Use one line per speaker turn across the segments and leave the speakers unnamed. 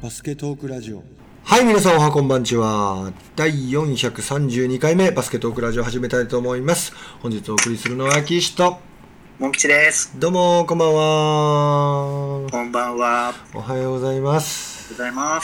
バスケトークラジオ。
はい、皆さんおはこんばんちは。第432回目バスケトークラジオ始めたいと思います。本日お送りするのは岸と
モン吉です。
どうもこんばんは。
こんばんは。
おはようございます。
おはようございます。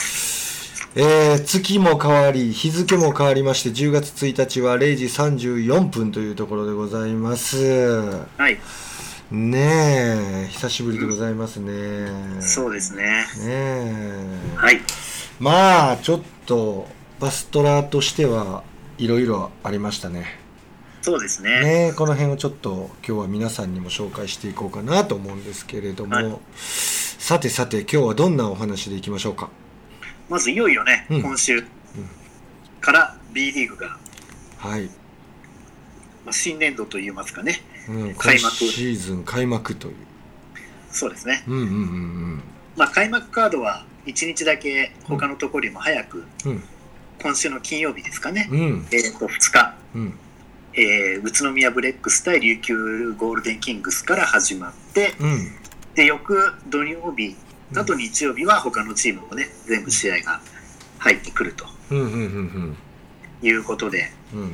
月も変わり日付も変わりまして10月1日は0時34分というところでございます。
はい。
ねえ、久しぶりでございますね。
そうですね。
ねえ。
はい。
まあちょっとバストラとしてはいろいろありましたね。
そうですね。
ね、この辺をちょっと今日は皆さんにも紹介していこうかなと思うんですけれども、
はい、
さて今日はどんなお話でいきましょうか。
まずいよいよね、今週から B リーグが、
はい、
新年度といいますかね、
開幕シーズン開幕という。
そうですね。開幕カードは1日だけ他のところよりも早く、今週の金曜日ですかね、2日、宇都宮ブレックス対琉球ゴールデンキングスから始まって、で翌土曜日あと日曜日は他のチームもね全部試合が入ってくるということで、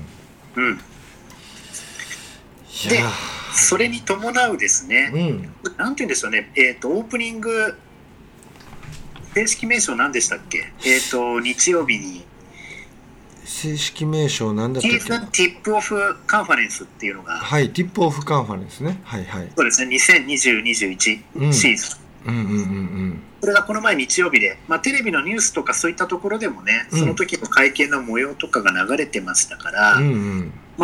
でそれに伴うですね、なんて言うんでしょうね、オープニング正式名称何でしたっけ。日曜日に
正式名称何だったっけ。
シーズンティップオフカンファレンスっていうのが、
はい、ティップオフカンファレンスね。はいはい。
そうですね、2020-21シーズン。これがこの前日曜日で、テレビのニュースとかそういったところでもね、その時の会見の模様とかが流れてましたから、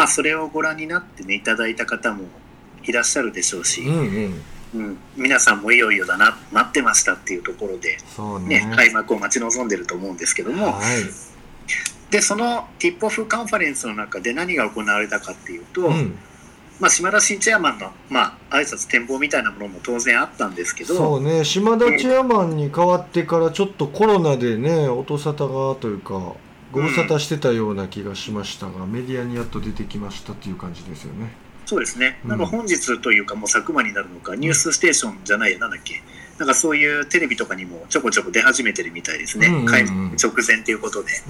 それをご覧になってねいただいた方もいらっしゃるでしょうし、皆さんもいよいよだな、待ってましたっていうところで、開幕を待ち望んでると思うんですけども、でそのティップオフカンファレンスの中で何が行われたかっていうと、島田新チェアマンの、挨拶展望みたいなものも当然あったんですけど、
そうね、島田チェアマンに代わってからちょっとコロナでね音沙汰がというかご無沙汰してたような気がしましたが、メディアにやっと出てきましたっていう感じですよね。
そうですね、本日というかもう昨晩になるのか、ニュースステーションじゃないなんだっけ、なんかそういうテレビとかにもちょこちょこ出始めてるみたいですね、開幕直前ということで。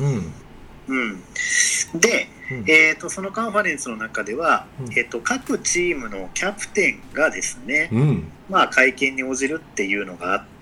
で、そのカンファレンスの中では、各チームのキャプテンがですね、会見に応じるっていうのがあって、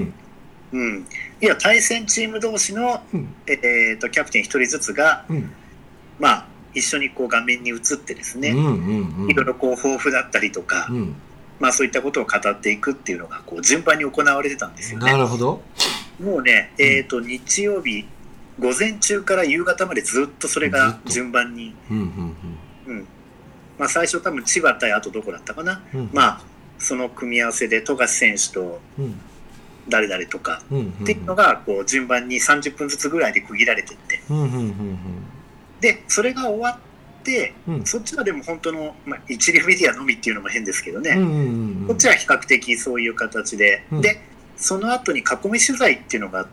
いや対戦チーム同士の、キャプテン1人ずつが、一緒にこう画面に映ってですね、いろいろこう抱負だったりとか、そういったことを語っていくっていうのがこう順番に行われてたんですよね。
なるほど。
もうね、日曜日午前中から夕方までずっとそれが順番に、最初多分千葉対あとどこだったかな、その組み合わせで富樫選手と誰々とかっていうのがこう順番に30分ずつぐらいで区切られてって、でそれが終わって、そっちはでも本当の、一流メディアのみっていうのも変ですけどね、こっちは比較的そういう形で、でその後に囲み取材っていうのがあって、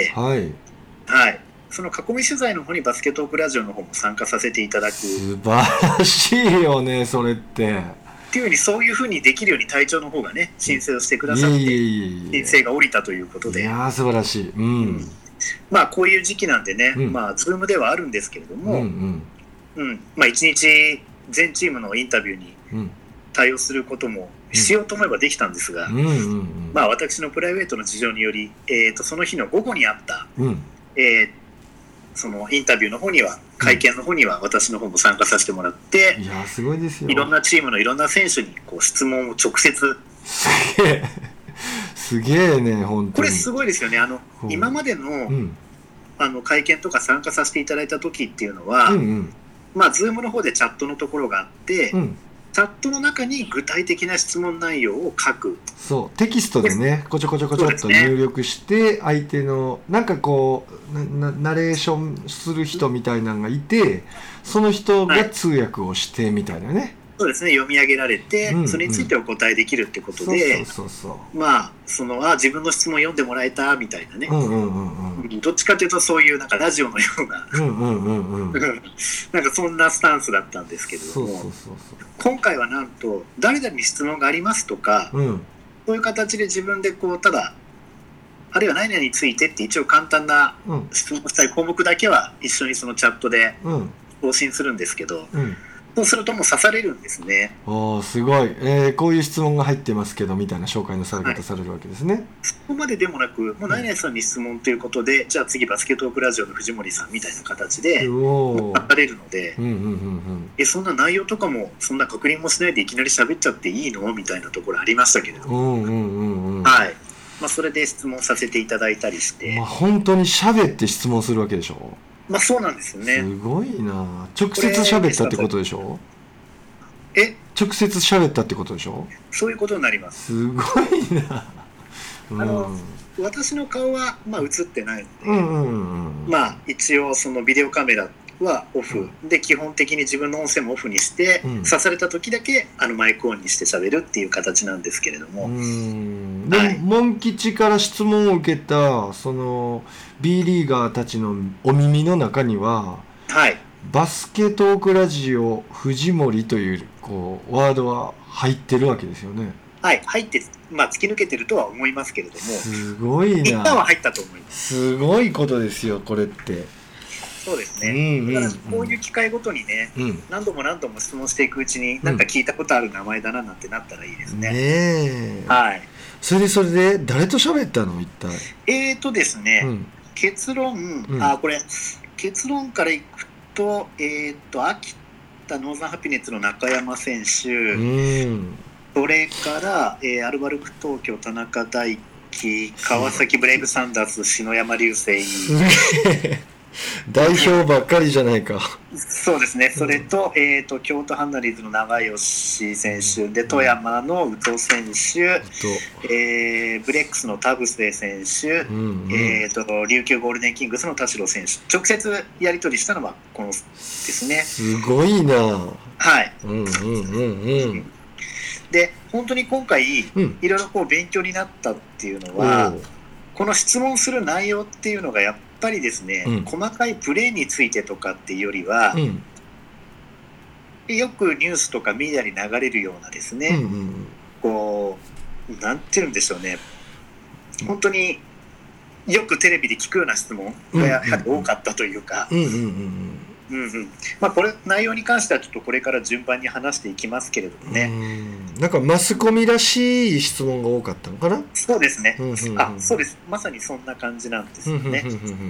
その囲み取材の方にバスケトークラジオの方も参加させていただく。
素晴らしいよねそれって。
っていうようにそういうふうにできるように隊長の方がね申請をしてくださって申請が下りたということで、
いや素晴らしい。
こういう時期なんでね、ズームではあるんですけれども、一日全チームのインタビューに対応することもしようと思えばできたんですが、私のプライベートの事情により、その日の午後にあった、そのインタビューの方には会見の方には私の方も参加させてもらって、
いやすごいですよ。
いろんなチームのいろんな選手にこう質問を直接。
すげえね本当に。
これすごいですよね。今までの、会見とか参加させていただいた時っていうのは、ズームの方でチャットのところがあって、チャットの中に具体的な質問内容を書く。
そうテキストでねこちょこちょこちょっと入力して相手のなんかこうナレーションする人みたいなのがいて、その人が通訳をしてみたいなね、
そうですね、読み上げられて、それについてお答えできるってことで、自分の質問読んでもらえたみたいなね、どっちかというとそういうなんかラジオのようななんかそんなスタンスだったんですけれども、今回はなんと誰々に質問がありますとか、そういう形で自分でこうただあるいは何々についてって一応簡単な質問したい項目だけは一緒にそのチャットで更新するんですけど、そうするともう刺されるんですね。
おー、すごい、こういう質問が入ってますけどみたいな紹介のされ方されるわけですね。
そこまででもなく、もう何々さんに質問ということで、じゃあ次バスケトークラジオの藤森さんみたいな形で書かれるので、そんな内容とかもそんな確認もしないでいきなり喋っちゃっていいのみたいなところありましたけれども、はい、それで質問させていただいたりして、
本当に喋って質問するわけでしょ。
そうなんですよね。
すごいな。直接喋ったってことでしょ。直接喋ったってことでしょ。
そういうことになります。
すごいな。
私の顔は映ってないので、一応そのビデオカメラはオフで、基本的に自分の音声もオフにして、刺された時だけマイクオンにして喋るっていう形なんですけれども、
でもモン吉から質問を受けたその B リーガーたちのお耳の中には、バスケトークラジオ藤森というワードは入ってるわけですよね。
入って突き抜けてるとは思いますけれども、
すごいな。
一旦は入ったと思います。
すごいことですよこれって。
そうですね。だからこういう機会ごとにね、何度も質問していくうちになんか聞いたことある名前だななんてなったらいいですね。
それで誰と喋ったの一体。
ですね、結論、結論からいくと、秋田ノーザンハピネッツの中山選手、それから、アルバルク東京田中大輝、川崎ブレイブサンダース篠山流星
代表ばっかりじゃないか。
そうですね。それと、京都ハンナリーズの長吉選手で、富山の宇藤選手、ブレックスの田臥選手、琉球ゴールデンキングスの田代選手、直接やり取りしたのはこのですね。
すごいな。
で、本当に今回いろいろ勉強になったっていうのは、この質問する内容っていうのがやっぱりですね、細かいプレーについてとかっていうよりは、よくニュースとかメディアに流れるようなですね、なんていうんでしょうね、本当によくテレビで聞くような質問がやはり多かったというか、これ内容に関してはちょっとこれから順番に話していきますけれどもね。
なんかマスコミらしい質問が多かったのかな。
そうですね。そうです。まさにそんな感じなんですよね。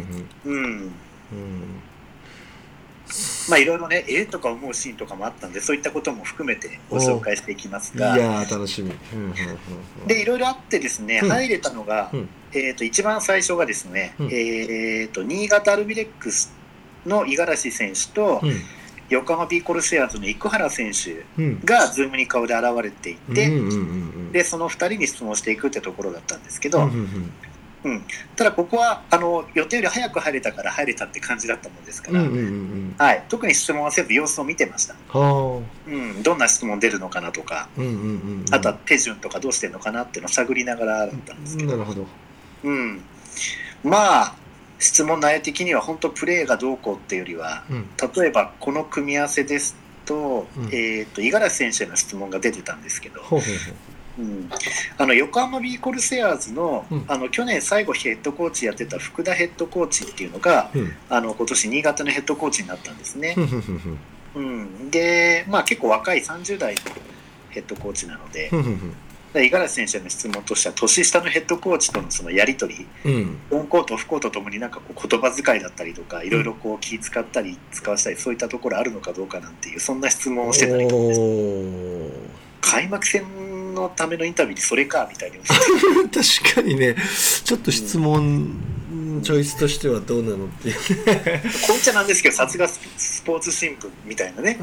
いろいろね、とか思うシーンとかもあったんで、そういったことも含めてご紹介していきますが、
いやー楽しみ。
でいろいろあってですね、入れたのが、一番最初がですね、新潟アルビレックスの五十嵐選手と、横浜ビーコルセアーズの生原選手がズームに顔で現れていて、でその2人に質問していくってところだったんですけど、ただここは予定より早く入れたから入れたって感じだったもんですから、特に質問はせず様子を見てました。どんな質問出るのかなとか、あとは手順とかどうしてるのかなっていうのを探りながらだったんですけど、質問内容的には本当プレーがどうこうっていうよりは、例えばこの組み合わせですと、五十嵐選手への質問が出てたんですけど、横浜ビーコルセアーズの、去年最後ヘッドコーチやってた福田ヘッドコーチっていうのが、今年新潟のヘッドコーチになったんですね。で、結構若い30代のヘッドコーチなので、五十嵐選手の質問としては年下のヘッドコーチとのそのやり取り、オンコートオフコートともになんか言葉遣いだったりとか、いろいろ気使ったり使わせたり、そういったところあるのかどうかなんていう、そんな質問をしてたりとかです。開幕戦のためのインタビューにそれかみたいに
確かにね、ちょっと質問、チョイスとしてはどうなのっていう
こんちゃなんですけど、さすがスポーツ新聞みたいなね。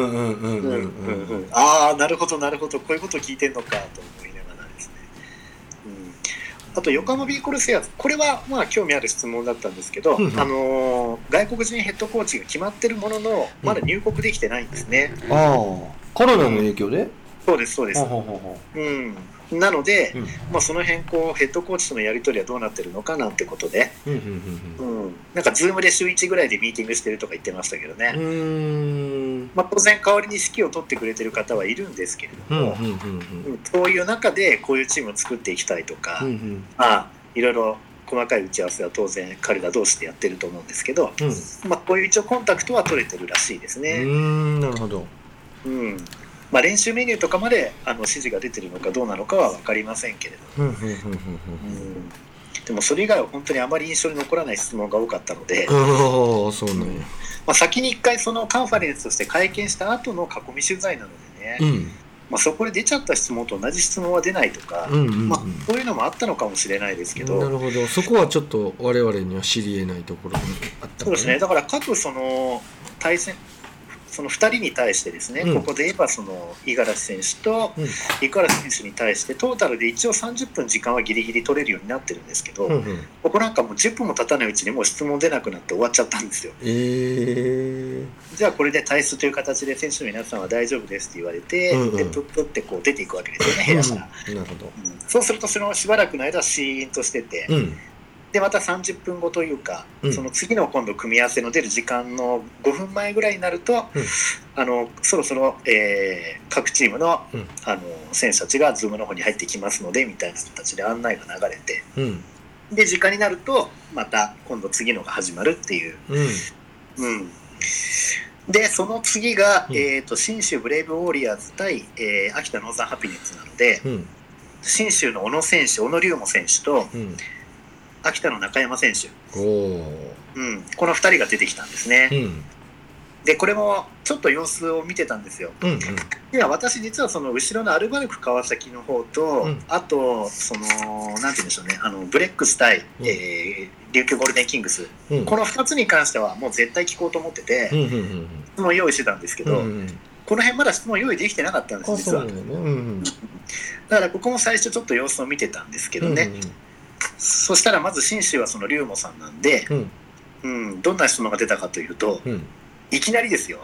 ああなるほどなるほど、こういうことを聞いてんのかと思いながらですね。あと横浜ビーコルセアーズ、これは興味ある質問だったんですけど、外国人ヘッドコーチが決まってるもののまだ入国できてないんですね。
コロナの影響で？
そうですそうです。なので、その辺ヘッドコーチとのやり取りはどうなってるのかなんてことで、なんかズームで週1ぐらいでミーティングしてるとか言ってましたけどね。当然代わりに指揮を取ってくれてる方はいるんですけれども、そういう中でこういうチームを作っていきたいとか、 いろいろ細かい打ち合わせは当然彼ら同士でやってると思うんですけど、こういう一応コンタクトは取れてるらしいですね。
なるほど。
練習メニューとかまで指示が出てるのかどうなのかは分かりませんけれども、でもそれ以外は本当にあまり印象に残らない質問が多かったので、
そうなんや。
先に一回そのカンファレンスとして会見した後の囲み取材なのでね、そこで出ちゃった質問と同じ質問は出ないとか、そういうのもあったのかもしれないですけど。
なるほど。そこはちょっと我々には知り得ないところがあった、
そうですね。だから各その対戦その2人に対してですね、ここで言えばその五十嵐選手と生原選手に対してトータルで一応30分時間はギリギリ取れるようになってるんですけど、ここなんかもう10分も経たないうちにもう質問出なくなって終わっちゃったんですよ。じゃあこれで退出という形で選手の皆さんは大丈夫ですって言われて、でプップってこう出ていくわけですよね、部屋から。
なるほど。
そうするとそのしばらくの間シーンとしてて、でまた30分後というか、その次の今度組み合わせの出る時間の5分前ぐらいになると、そろそろ、各チームの、選手たちがズームの方に入ってきますのでみたいな形で案内が流れて、で時間になるとまた今度次のが始まるっていう、でその次が、信州ブレイブウォリアーズ対、秋田ノーザンハピネッツなので、信州の小野選手、小野龍馬選手と、秋田の中山選手、この2人が出てきたんですね。でこれもちょっと様子を見てたんですよ。では私実はその後ろのアルバルク川崎の方と、あとそのなんて言うんでしょうね、ブレックス対、琉球ゴールデンキングス、この2つに関してはもう絶対聞こうと思ってて、質問用意してたんですけど、この辺まだ質問用意できてなかったんです実は。だからここも最初ちょっと様子を見てたんですけどね。そしたらまず信州はその龍馬さんなんで、どんな質問が出たかというと、いきなりですよ、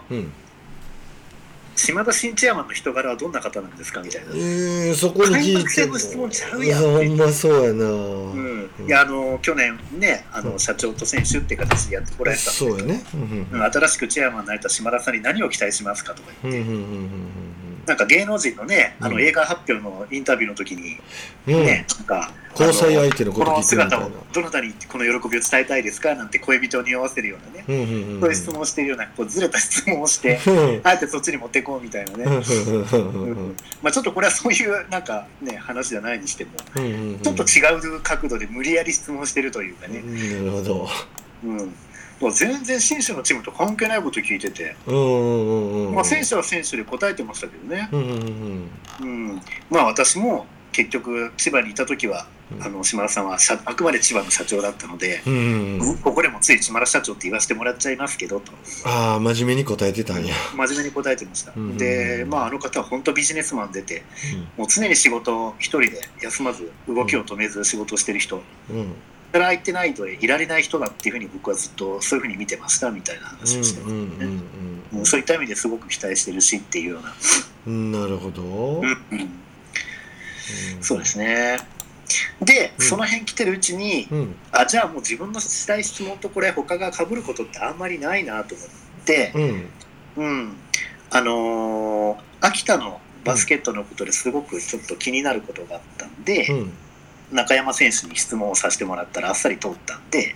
島田新チェアマンの人柄はどんな方なんですかみたいな。
そこに聞いて
開幕戦の質問ちゃうやんって。
ほんまそうやな。
いや去年ね社長と選手って形でやってこられたんで、新しくチェアマンになれた島田さんに何を期待しますかとか言って、なんか芸能人のね映画発表のインタビューの時にね、なんか
交際相手のこと聞いてるみたいな、
この姿をどなたにこの喜びを伝えたいですかなんて恋人を匂わせるようなね、そういう質問をしているようなこうずれた質問をしてあえてそっちに持っていこうみたいなね、ちょっとこれはそういうなんかね話じゃないにしても、ちょっと違う角度で無理やり質問してるというかね。
なるほど。
もう全然選手のチームと関係ないこと聞いてて、選手は選手で答えてましたけどね。私も結局千葉にいた時は島田さんはあくまで千葉の社長だったので、ここでもつい島田社長って言わせてもらっちゃいますけどと。
真面目に答えてたんや。
真面目に答えてました。であの方は本当ビジネスマン出て、もう常に仕事を一人で休まず動きを止めず仕事をしてる人、働いてないといられない人だっていうふうに僕はずっとそういうふうに見てましたみたいな話をしてますね。そういった意味ですごく期待してるしっていうような。
なるほど。
そうですね。で、その辺来てるうちに、じゃあもう自分のしたい質問とこれ他が被ることってあんまりないなと思って、秋田のバスケットのことですごくちょっと気になることがあったんで、中山選手に質問をさせてもらったらあっさり通ったんで、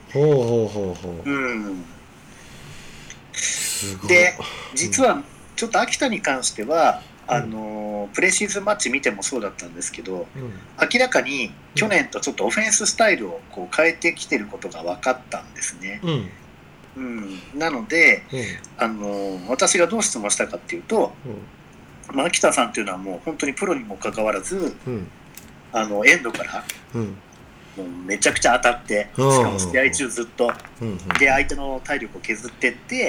で実はちょっと秋田に関してはプレシーズンマッチ見てもそうだったんですけど、明らかに去年とちょっとオフェンススタイルをこう変えてきてることが分かったんですね。なので、私がどう質問したかっていうと、秋田さんっていうのはもう本当にプロにもかかわらず、エンドから、もうめちゃくちゃ当たって、しかも試合中ずっと、で相手の体力を削ってって、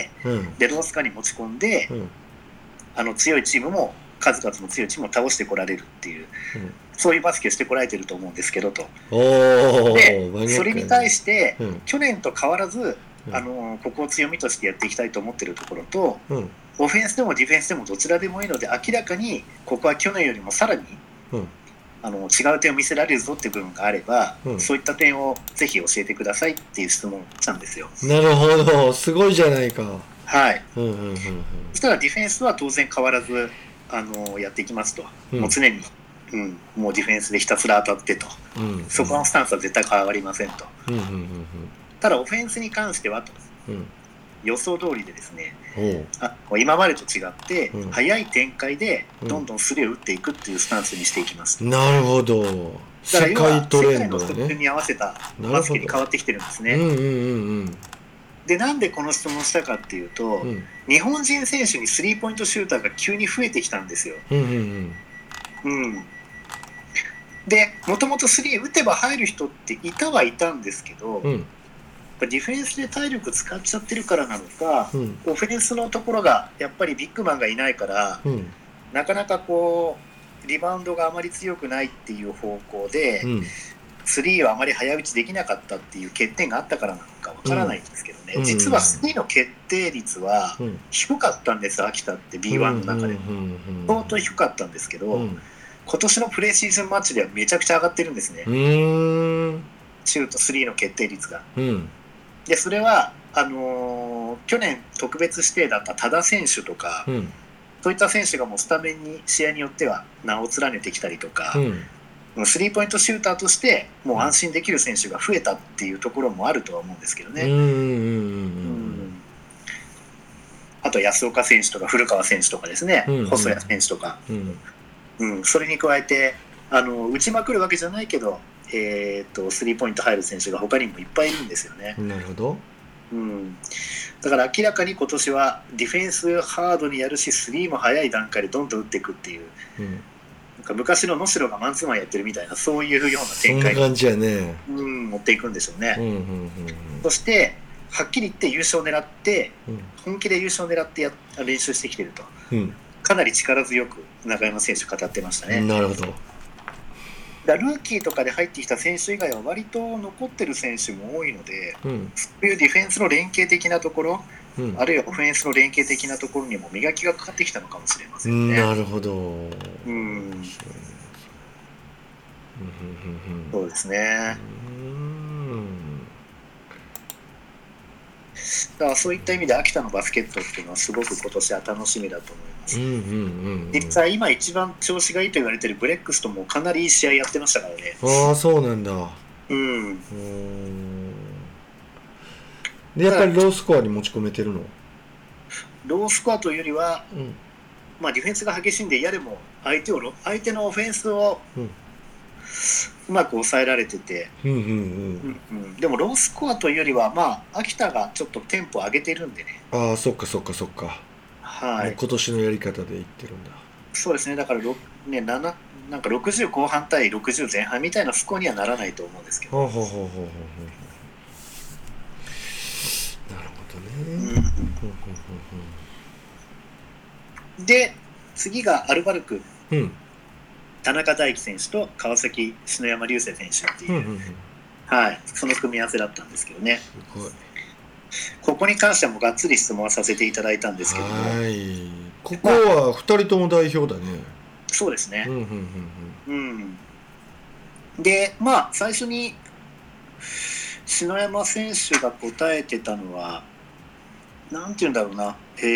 でロースカに持ち込んで、強いチームも数々の強いチームを倒してこられるっていう、そういうバスケをしてこられてると思うんですけどと。でそれに対して、去年と変わらずここを強みとしてやっていきたいと思ってるところと、オフェンスでもディフェンスでもどちらでもいいので明らかにここは去年よりもさらに、違う点を見せられるぞっていう部分があれば、そういった点をぜひ教えてくださいっていう質問をしたんですよ。
なるほど、すごいじゃないか。
はい。そしたらディフェンスは当然変わらずやっていきますと、もう常にもうディフェンスでひたすら当たってと、そこのスタンスは絶対変わりませんと、ただオフェンスに関してはと、予想通りでですね、今までと違って、早い展開でどんどんスリーを打っていくっていうスタンスにしていきます。
なるほど。世界トレンド
だね。世界の速球に合わせたバスケに変わってきてるんですね。で、なんでこの質問したかっていうと、日本人選手にスリーポイントシューターが急に増えてきたんですよ。で、もともとスリー打てば入る人っていたはいたんですけど、ディフェンスで体力使っちゃってるからなのか、オフェンスのところがやっぱりビッグマンがいないから、なかなかこうリバウンドがあまり強くないっていう方向で、スリーはあまり早打ちできなかったっていう欠点があったからなのかわからないんですけどね、実はスリーの決定率は低かったんです、秋田って B1 の中で相当低かったんですけど、今年のプレーシーズンマッチではめちゃくちゃ上がってるんですね、シュートスリーの決定率が。でそれは去年特別指定だった多田選手とか、そういった選手がもうスタメンに試合によっては名を連ねてきたりとか、スリーポイントシューターとしてもう安心できる選手が増えたっていうところもあるとは思うんですけどね。あと安岡選手とか古川選手とかですね、細谷選手とか、それに加えて打ちまくるわけじゃないけど、スリーポイント入る選手が他にもいっぱいいるんですよね。
なるほど。
だから明らかに今年はディフェンスハードにやるし、スリーも早い段階でどんどん打っていくっていう、なんか昔の能代がマンツーマンやってるみたいな、そういうような展開
に、そんな感じやね、
持っていくんでしょうね。そしてはっきり言って優勝を狙って、本気で優勝を狙って練習してきてると、かなり力強く中山選手語ってましたね。
なるほど。
ルーキーとかで入ってきた選手以外は割と残ってる選手も多いので、そういうディフェンスの連携的なところ、あるいはオフェンスの連携的なところにも磨きがかかってきたのかもしれませんね。
なるほど。
そうですね。だからそういった意味で秋田のバスケットっていうのはすごく今年は楽しみだと思います。実際今一番調子がいいと言われてるブレックスともかなりいい試合やってましたからね。
ああ、そうなんだ。でやっぱりロースコアに持ち込めてるの？
ロースコアというよりは、ディフェンスが激しいんで、やでも相手のオフェンスをうまく抑えられてて、でもロースコアというよりは、秋田がちょっとテンポ上げてるんでね。
ああ、そっか。はい。今年のやり方でいってるんだ。
そうですね。だからなんか60後半対60前半みたいなスコアにはならないと思うんですけど。なるほどね。で次がアルバルク、田中大輝選手と川崎篠山竜星選手っていう、その組み合わせだったんですけどね。ここに関してはもうがっつり質問はさせていただいたんですけども、
ここは2人とも代表だね。
そうですね。で最初に篠山選手が答えてたのはなんていうんだろうな、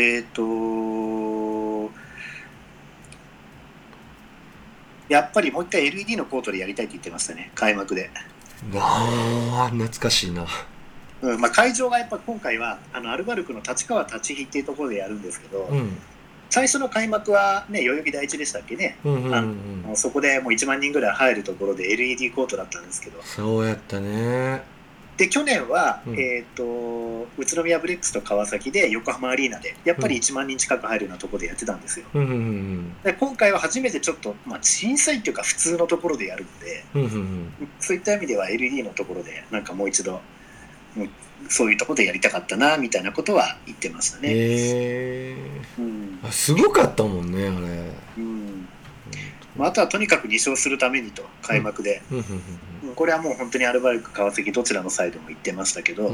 やっぱりもう一回 LED のコートでやりたいって言ってましたね、開幕で。
懐かしいな。
会場がやっぱ今回はアルバルクの立川立飛っていうところでやるんですけど、最初の開幕はね、代々木第一でしたっけね、そこでもう1万人ぐらい入るところで LED コートだったんですけど。
そうやったね。
で去年は、宇都宮ブレックスと川崎で横浜アリーナでやっぱり1万人近く入るようなところでやってたんですよ。で今回は初めてちょっと、小さいっていうか普通のところでやるので、そういった意味では LED のところでなんかもう一度そういうところでやりたかったなみたいなことは言ってましたね。
すごかったもんねあれ。
あとはとにかく2勝するためにと開幕で、これはもう本当にアルバルク川崎どちらのサイドも言ってましたけど、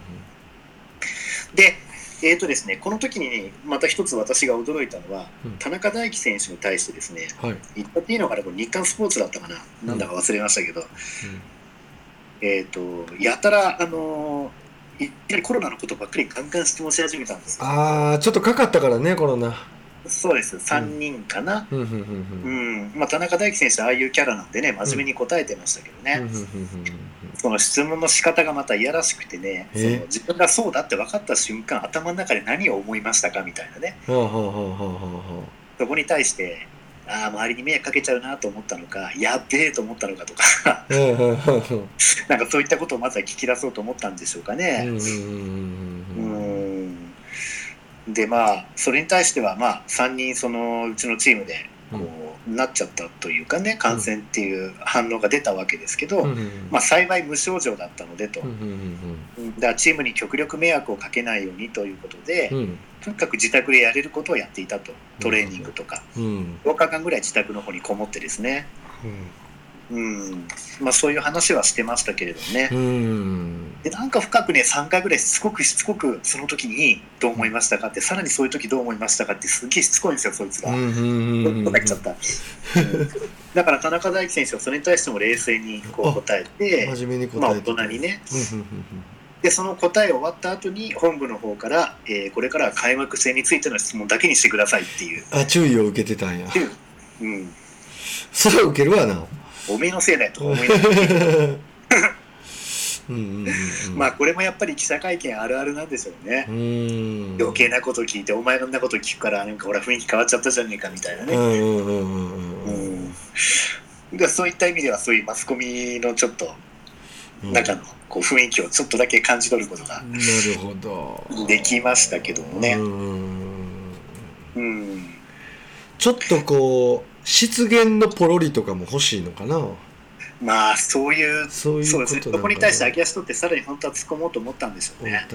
でですね、この時に、また一つ私が驚いたのは、田中大輝選手に対してですね、言ったっていいのかな、これ日刊スポーツだったかな、なんだか忘れましたけど、やたらいきなりコロナのことばっかりガンガン質問し始めたんですよ。
ちょっとかかったからねコロナ。
そうです、3人かな。まあ、田中大輝選手はああいうキャラなんでね、真面目に答えてましたけどね、その質問の仕方がまたいやらしくてね、その自分がそうだって分かった瞬間、頭の中で何を思いましたかみたいなね、そこに対して、ああ、周りに迷惑かけちゃうなと思ったのか、やっべえと思ったのかとか、なんかそういったことをまずは聞き出そうと思ったんでしょうかね。でまあそれに対してはまあ3人そのうちのチームでこうなっちゃったというかね、感染っていう反応が出たわけですけど、まあ幸い無症状だったのでと、だからチームに極力迷惑をかけないようにということで、とにかく自宅でやれることをやっていたと、トレーニングとか、10日間ぐらい自宅の方にこもってですね、まあそういう話はしてましたけれどもね、でなんか深くね3回ぐらいしつこくその時にどう思いましたかって、さらにそういう時どう思いましたかってすげえしつこいんですよそいつが。答えちゃった、だから田中大輝選手はそれに対しても冷静にこう答えて、
真面目に答えて、
まあ、大人にね、でその答え終わった後に本部の方から、これからは開幕戦についての質問だけにしてくださいっていう
注意を受けてたんや。それは受けるわな、
おめえのせいだよと思いながらまあこれもやっぱり記者会見あるあるなんでしょうね。余計なこと聞いて、お前のんなこと聞くからなんか俺は雰囲気変わっちゃったじゃねえかみたいなね。そういった意味ではそういうマスコミのちょっと中のこう雰囲気をちょっとだけ感じ取ることができましたけどもね。
ちょっとこう失言のポロリとかも欲しいのかな。
まあそういうそうですね、そこに対して秋足取ってさらに本当は突っ込もうと思ったんでしょうね。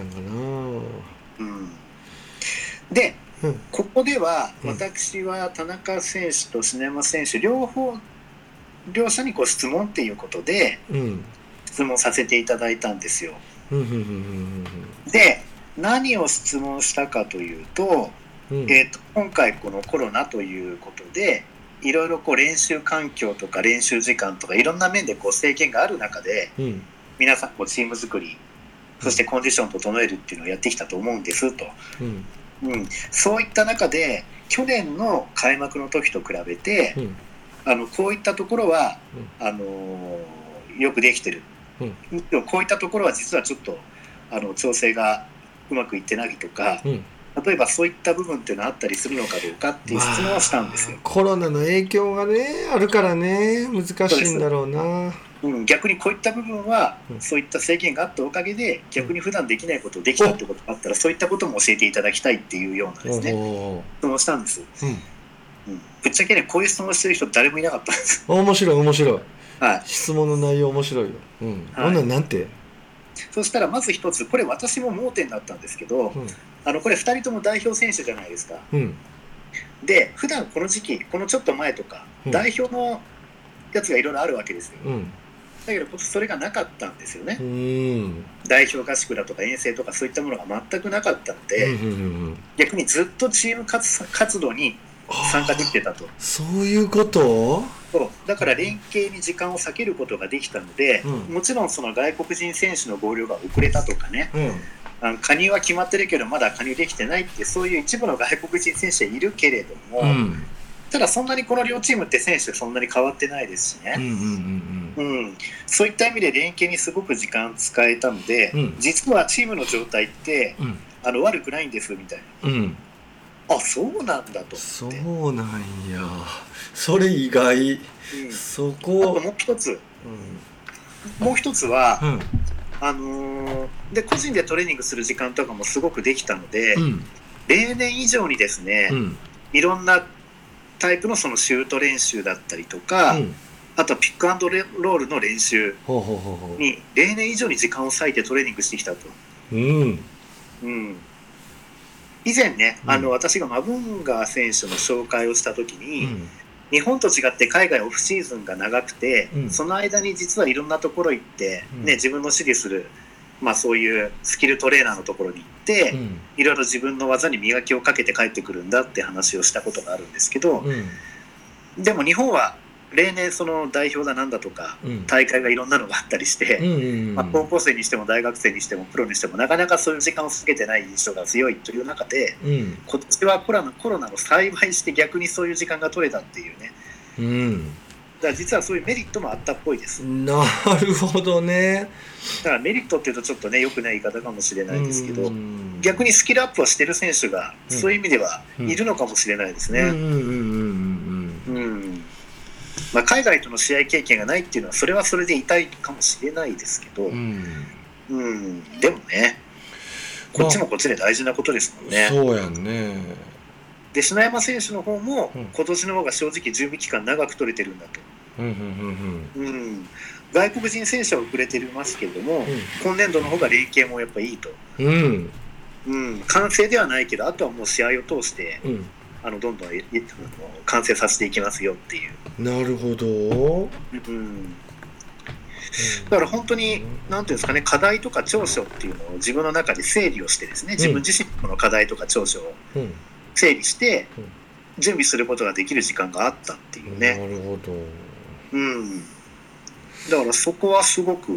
で、ここでは私は田中選手と篠山選手両者にこう質問っていうことで質問させていただいたんですよ。で何を質問したかというと、今回このコロナということでいろいろこう練習環境とか練習時間とかいろんな面でこう制限がある中で、皆さんこうチーム作り、そしてコンディションを整えるっていうのをやってきたと思うんですと、そういった中で去年の開幕の時と比べて、こういったところは、よくできてる、こういったところは実はちょっと調整がうまくいってないとか、例えばそういった部分っていうのはあったりするのかどうかっていう質問をしたんですよ。
コロナの影響がねあるからね難しいんだろうな。
逆にこういった部分は、そういった制限があったおかげで逆に普段できないことをできたってことがあったら、そういったことも教えていただきたいっていうようなですね質問をしたんです。ぶっちゃけねこういう質問してる人誰もいなかったんです。
面白い、質問の内容面白いよ。なんて
そしたらまず一つ、これ私も盲点だったんですけど、これ2人とも代表選手じゃないですか。で普段この時期このちょっと前とか、代表のやつがいろいろあるわけですよ。だけど今年それがなかったんですよね。代表合宿だとか遠征とかそういったものが全くなかったので、逆にずっとチーム活動に参加できてたと。
そういうこと？
そうだから連携に時間を避けることができたので、もちろんその外国人選手の合流が遅れたとかね、加入は決まってるけどまだ加入できてないってそういう一部の外国人選手はいるけれども、ただそんなにこの両チームって選手そんなに変わってないですしね、そういった意味で連携にすごく時間使えたので、実はチームの状態って、悪くないんですみたいな、そうなんだと。
そうなんや、それ意外、そこ。
あともう一つは、で個人でトレーニングする時間とかもすごくできたので、例年以上にですね、いろんなタイプのそのシュート練習だったりとか、あとピックアンドロールの練習に例年以上に時間を割いてトレーニングしてきたと。以前ね、私がマブンガ選手の紹介をした時に、日本と違って海外オフシーズンが長くて、その間に実はいろんなところ行って、自分の指示する、そういうスキルトレーナーのところに行って、いろいろ自分の技に磨きをかけて帰ってくるんだって話をしたことがあるんですけど、でも日本は例年その代表だなんだとか、大会がいろんなのがあったりして、高校生にしても大学生にしてもプロにしてもなかなかそういう時間を過げてない印象が強いという中で、今年はコロナを幸いして逆にそういう時間が取れたっていうね、だから実はそういうメリットもあったっぽいです。
なるほどね。
だからメリットっていうとちょっとね良くない言い方かもしれないですけど、逆にスキルアップをしてる選手がそういう意味ではいるのかもしれないですね。まあ、海外との試合経験がないっていうのはそれはそれで痛いかもしれないですけど、でもねこっちもこっちで大事なことですもんね。
そうやんね。
で篠山選手の方も今年の方が正直準備期間長く取れてるんだと。外国人選手は遅れてますけれども、今年度の方が連携もやっぱいいと。完成ではないけどあとはもう試合を通して、どんどん完成させていきますよっていう。
なるほど。
だから本当に何ていうんですかね、課題とか長所っていうのを自分の中で整理をしてですね、自分自身のこの課題とか長所を整理して準備することができる時間があったっていうね。
なるほど。
だからそこはすごく、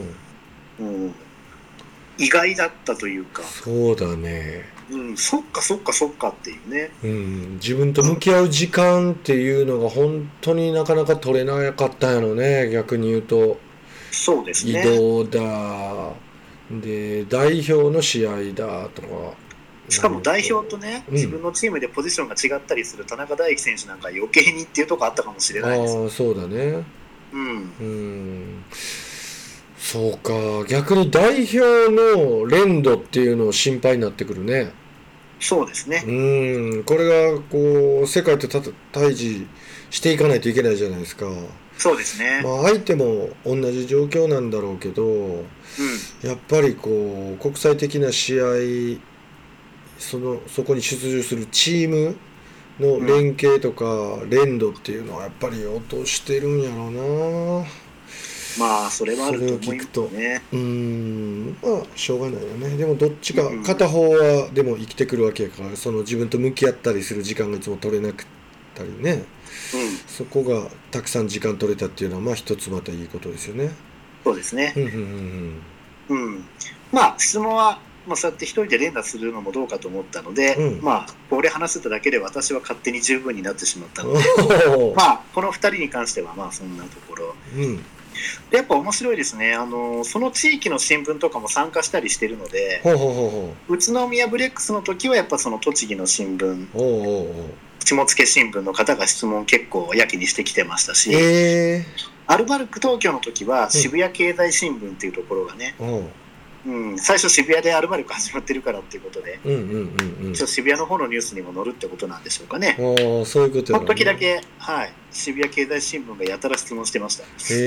意外だったというか。
そうだね。
そっかそっかそっかっていうね。
自分と向き合う時間っていうのが本当になかなか取れなかったんやろね、逆に言うと。
そうですね。
移動だで代表の試合だとか。
しかも代表とね、自分のチームでポジションが違ったりする田中大輝選手なんか余計にっていうとこあったかもしれないです。
そうだね。そうか、逆に代表の連動っていうのを心配になってくるね。
そうですね。
これがこう世界と対峙していかないといけないじゃないですか。
そうですね。
まあ相手も同じ状況なんだろうけど、やっぱりこう国際的な試合そこに出場するチームの連携とか連動っていうのはやっぱり落としてるんやろうな。
まあそれはあると思いますね。
まあしょうがないよね。でもどっちか片方はでも生きてくるわけやから、その自分と向き合ったりする時間がいつも取れなくったりね、そこがたくさん時間取れたっていうのはまあ一つまたいいことですよね。
そうですね。まあ質問はそうやって一人で連打するのもどうかと思ったので、まあこれ話せただけで私は勝手に十分になってしまったのでまあこの2人に関してはまあそんなところ。でやっぱ面白いですね。その地域の新聞とかも参加したりしてるので、宇都宮ブレックスの時はやっぱその栃木の新聞、下野新聞の方が質問結構やけにしてきてましたし、アルバルク東京の時は渋谷経済新聞っていうところがね、最初渋谷でアルバルク始まってるからっていうことで、渋谷の方のニュースにも載るってことなんでしょうかね。
そういうことやね。
その時だけ、渋谷経済新聞がやたら質問してました。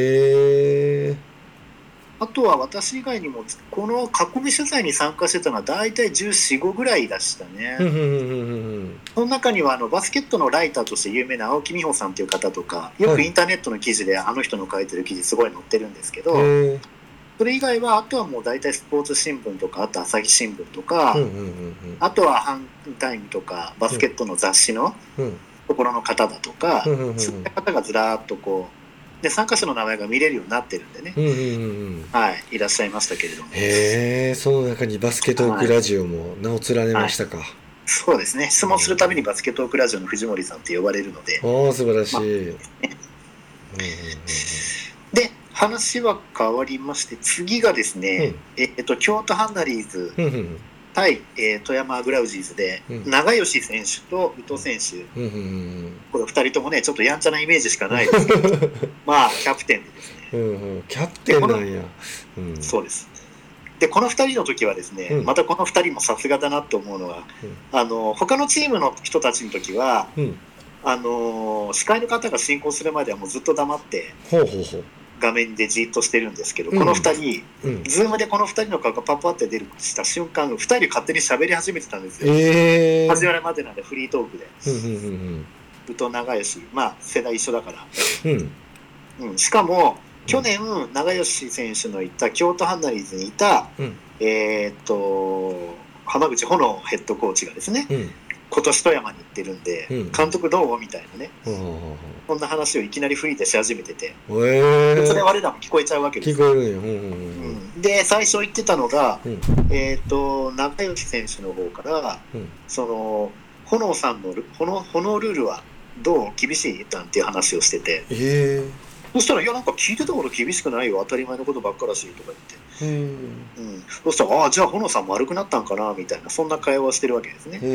あとは私以外にもこの囲み取材に参加してたのは大体14、15ぐらいでしたね。その中にはバスケットのライターとして有名な青木美穂さんという方とか、よくインターネットの記事であの人の書いてる記事すごい載ってるんですけど、それ以外はあとはもう大体スポーツ新聞とか、あと朝日新聞とか、あとはハンタイムとかバスケットの雑誌のところの方だとか、そういった方がずらーっとこうで参加者の名前が見れるようになってるんでね、いらっしゃいましたけれども、
その中にバスケトークラジオも名を連ねましたか。
そうですね。質問するたびにバスケトークラジオの藤森さんって呼ばれるので、
素晴らしい。
で話は変わりまして、次がですね、京都ハンナリーズ対、富山グラウジーズで、長吉選手と宇藤選手、これ2人ともねちょっとやんちゃなイメージしかないですけどまあキャプテンでですね、
キャプテンなんや。
そうです。でこの2人の時はですね、またこの2人もさすがだなと思うのは、他のチームの人たちの時は、司会の方が進行するまではもうずっと黙って画面でじっとしてるんですけど、この2人、ズームでこの2人の顔がパッパって出るした瞬間、2人勝手に喋り始めてたんですよ。始まるまでなんでフリートークで、宇藤長吉、まあ世代一緒だから、しかも去年長吉選手のいた京都ハンナリーズにいた、浜口穂ヘッドコーチがですね、 今年富山に行ってるんで、監督どうみたいなね、こんな話をいきなりフリーでし始めてて、それ我らも聞こえちゃうわけですよ。で最初言ってたのが、中吉選手の方から、その炎さんの炎ルールはどう厳しいなんていう話をしてて、そしたら「いやなんか聞いてたこと厳しくないよ、当たり前のことばっかだし」とか言って、そしたら「ああじゃあ炎さん丸くなったんかな」みたいな、そんな会話をしてるわけですね。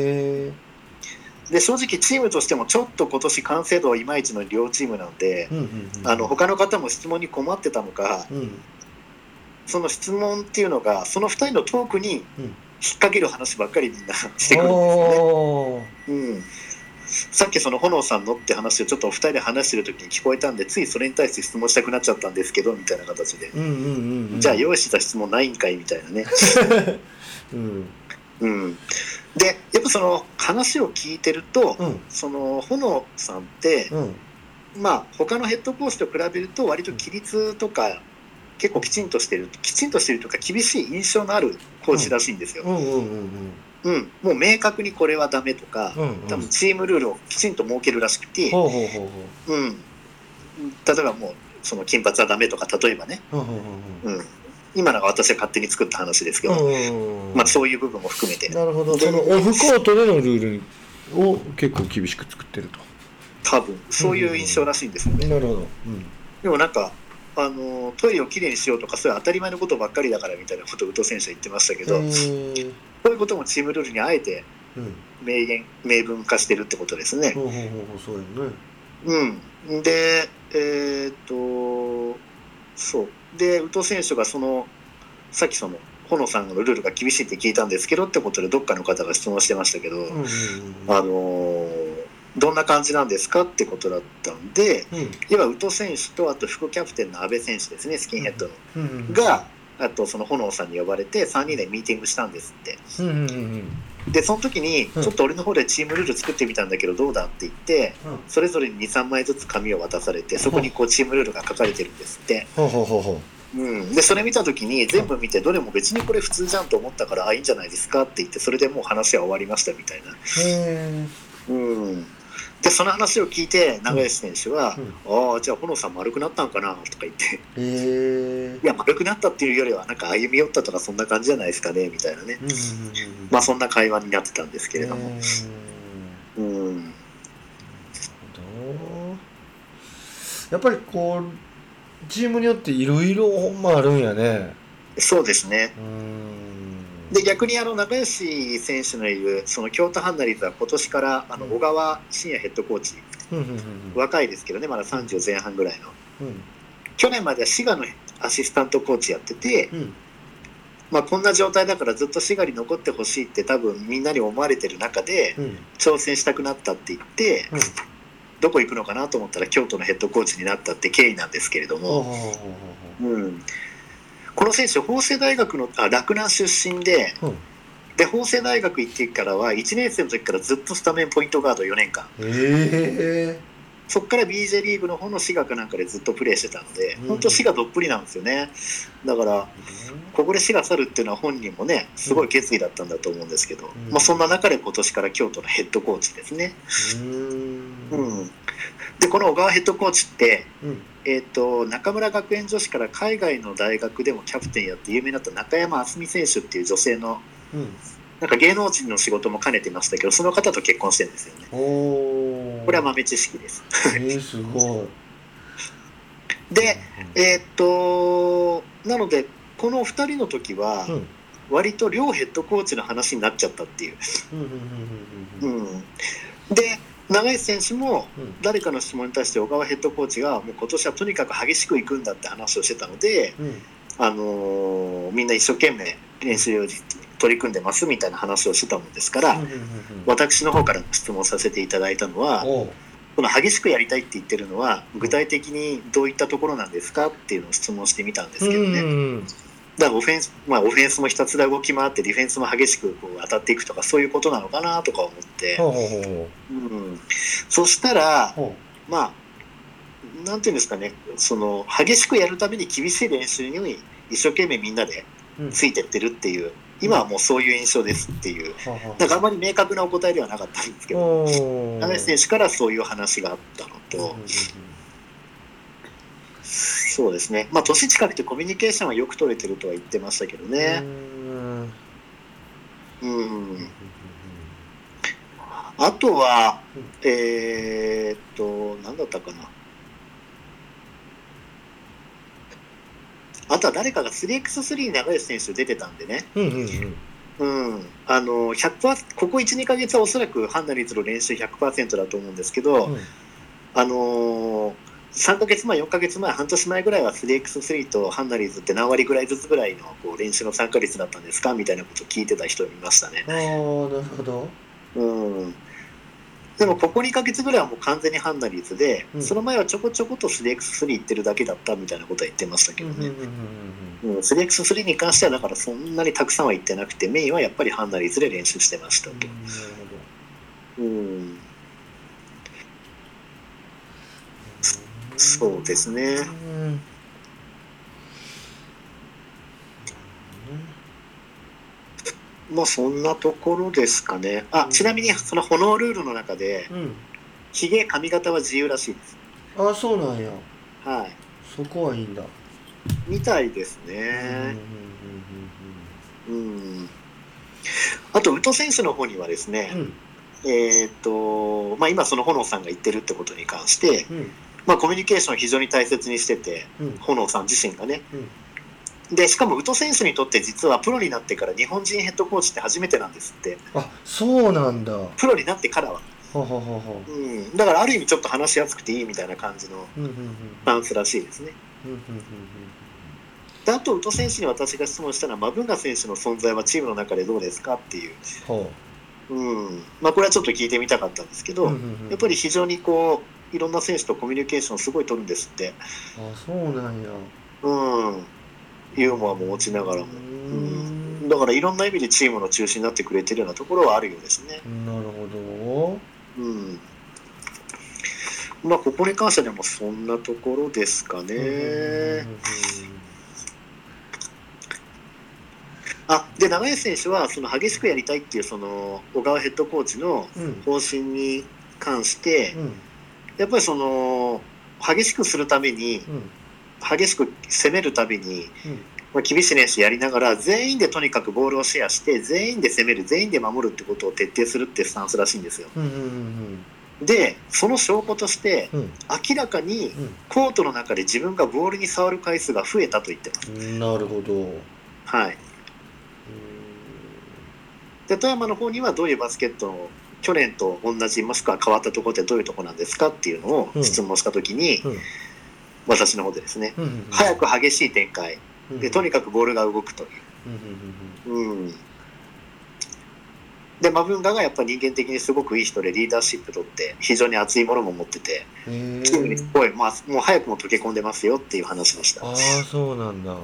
で正直チームとしてもちょっと今年完成度はいまいちの両チームなんで、他の方も質問に困ってたのか、その質問っていうのがその2人のトークに引っ掛ける話ばっかりみんなしてくるんですよね。さっきその炎さんのって話をちょっと2人で話してる時に聞こえたんで、ついそれに対して質問したくなっちゃったんですけどみたいな形で、じゃあ用意してた質問ないんかいみたいなね。でやっぱその話を聞いてると、その炎さんって、まあ他のヘッドコーチと比べると割と規律とか結構きちんとしてるとか厳しい印象のあるコーチらしいんですよ。もう明確にこれはダメとか、多分チームルールをきちんと設けるらしくて、例えばもうその金髪はダメとか、例えばね、今のが私は勝手に作った話ですけど、まあそういう部分も含めて。
なるほど。そのオフコートでのルールを結構厳しく作ってると。
多分そういう印象らしいんですよね。
なるほど。
でもなんかトイレをきれいにしようとかそういう当たり前のことばっかりだからみたいなことを宇都選手は言ってましたけど、こういうこともチームルールにあえて明文化してるってことですね。
そうよ
ね。でそうで宇都選手がそのさっきその炎さんのルールが厳しいって聞いたんですけどってことでどっかの方が質問してましたけど、どんな感じなんですかってことだったんで、要は宇都選手とあと副キャプテンの阿部選手ですね、スキンヘッドの、があとその炎さんに呼ばれて3人でミーティングしたんですって。でその時にちょっと俺の方でチームルール作ってみたんだけどどうだって言って、それぞれに 2,3 枚ずつ紙を渡されて、そこにこうチームルールが書かれてるんですって。でそれ見た時に全部見てどれも別にこれ普通じゃんと思ったからいいんじゃないですかって言って、それでもう話は終わりましたみたいな。でその話を聞いて長吉選手は「ああじゃあ炎さん丸くなったんかな」とか言って「いや丸くなったっていうよりはなんか歩み寄ったとかそんな感じじゃないですかね」みたいなね、まあそんな会話になってたんですけれども、
やっぱりこうチームによっていろいろほんまあるんやね。
そうですね。で逆に中吉選手のいるその京都ハンナリーズは今年から小川真也ヘッドコーチ、若いですけどね、まだ30前半ぐらいの、去年までは滋賀のアシスタントコーチやってて、まあこんな状態だからずっと滋賀に残ってほしいって多分みんなに思われてる中で、挑戦したくなったって言って、どこ行くのかなと思ったら京都のヘッドコーチになったって経緯なんですけれども、この選手法政大学の洛南出身で、で法政大学行ってからは1年生の時からずっとスタメンポイントガード4年間、そこから BJ リーグの方の滋賀かなんかでずっとプレーしてたので、本当滋賀どっぷりなんですよね。だからここで滋賀去るっていうのは本人もねすごい決意だったんだと思うんですけど、まあ、そんな中で今年から京都のヘッドコーチですね。でこの小川ヘッドコーチって、中村学園女子から海外の大学でもキャプテンやって有名になった中山敦美選手っていう女性の、なんか芸能人の仕事も兼ねてましたけど、その方と結婚してるんですよね。これは豆知識です。
すごい。
でなのでこの2人の時は割と両ヘッドコーチの話になっちゃったっていう。で長井選手も誰かの質問に対して小川ヘッドコーチがもう今年はとにかく激しくいくんだって話をしてたので、みんな一生懸命練習に取り組んでますみたいな話をしてたもんですから、私の方から質問させていただいたのは、この激しくやりたいって言ってるのは具体的にどういったところなんですかっていうのを質問してみたんですけどね。だからオフェンスもひたすら動き回ってディフェンスも激しくこう当たっていくとかそういうことなのかなとか思って、そしたらまあなんていうんですかね、その激しくやるために厳しい練習に一生懸命みんなでついてってるっていう今はもうそういう印象ですっていう、なんかあんまり明確なお答えではなかったんですけど、長吉選手からそういう話があったのと、そうですね、まあ年近くてコミュニケーションはよく取れてるとは言ってましたけどね。あとは、何だったかな。あとは誰かが 3x3 に長吉選手出てたんでね。100%、ここ 1,2 ヶ月はおそらくハンナリーズの練習 100% だと思うんですけど、3ヶ月前、4ヶ月前、半年前ぐらいは 3x3 とハンナリーズって何割ぐらいずつぐらいのこう練習の参加率だったんですかみたいなことを聞いてた人いましたね。
なるほど。
でもここ2ヶ月ぐらいはもう完全にハンナリーズで、その前はちょこちょこと 3x3 行ってるだけだったみたいなことは言ってましたけどね。3x3 に関してはだからそんなにたくさんは行ってなくて、メインはやっぱりハンナリーズで練習してましたと。そうですね。まあそんなところですかね。ちなみにその炎ルールの中で、ひげ髪型は自由らしいです。
そうなんや。
はい。
そこはいいんだ。
みたいですね。あと宇都選手の方にはですね、まあ今その炎さんが言ってるってことに関して、まあコミュニケーションを非常に大切にしてて、炎さん自身がね。でしかも宇都選手にとって実はプロになってから日本人ヘッドコーチって初めてなんですって。
そうなんだ。
プロになってからは。だからある意味ちょっと話しやすくていいみたいな感じのスタンスらしいですね。であと宇都選手に私が質問したのはマブンガ選手の存在はチームの中でどうですかっていう。まあこれはちょっと聞いてみたかったんですけど、やっぱり非常にこういろんな選手とコミュニケーションすごい取るんですって。
そうなんや。
ユーモアも持ちながらも、だからいろんな意味でチームの中心になってくれてるようなところはあるようですね。
なるほど。
まあここに関してでもそんなところですかね。で長吉選手はその激しくやりたいっていうその小川ヘッドコーチの方針に関して、やっぱりその激しくするために、激しく攻めるたびに、厳しい練習やりながら全員でとにかくボールをシェアして全員で攻める全員で守るってことを徹底するっていうスタンスらしいんですよ。でその証拠として、明らかにコートの中で自分がボールに触る回数が増えたと言ってます。
なるほど。
はい。で富山の方にはどういうバスケットを去年と同じもしくは変わったところってどういうところなんですかっていうのを質問したときに、私の方でですね、早く激しい展開でとにかくボールが動くという。でマブンガがやっぱり人間的にすごくいい人でリーダーシップとって非常に熱いものも持っててチームにすごい、まあ、もう早くも溶け込んでますよっていう話でした。
そうなんだ。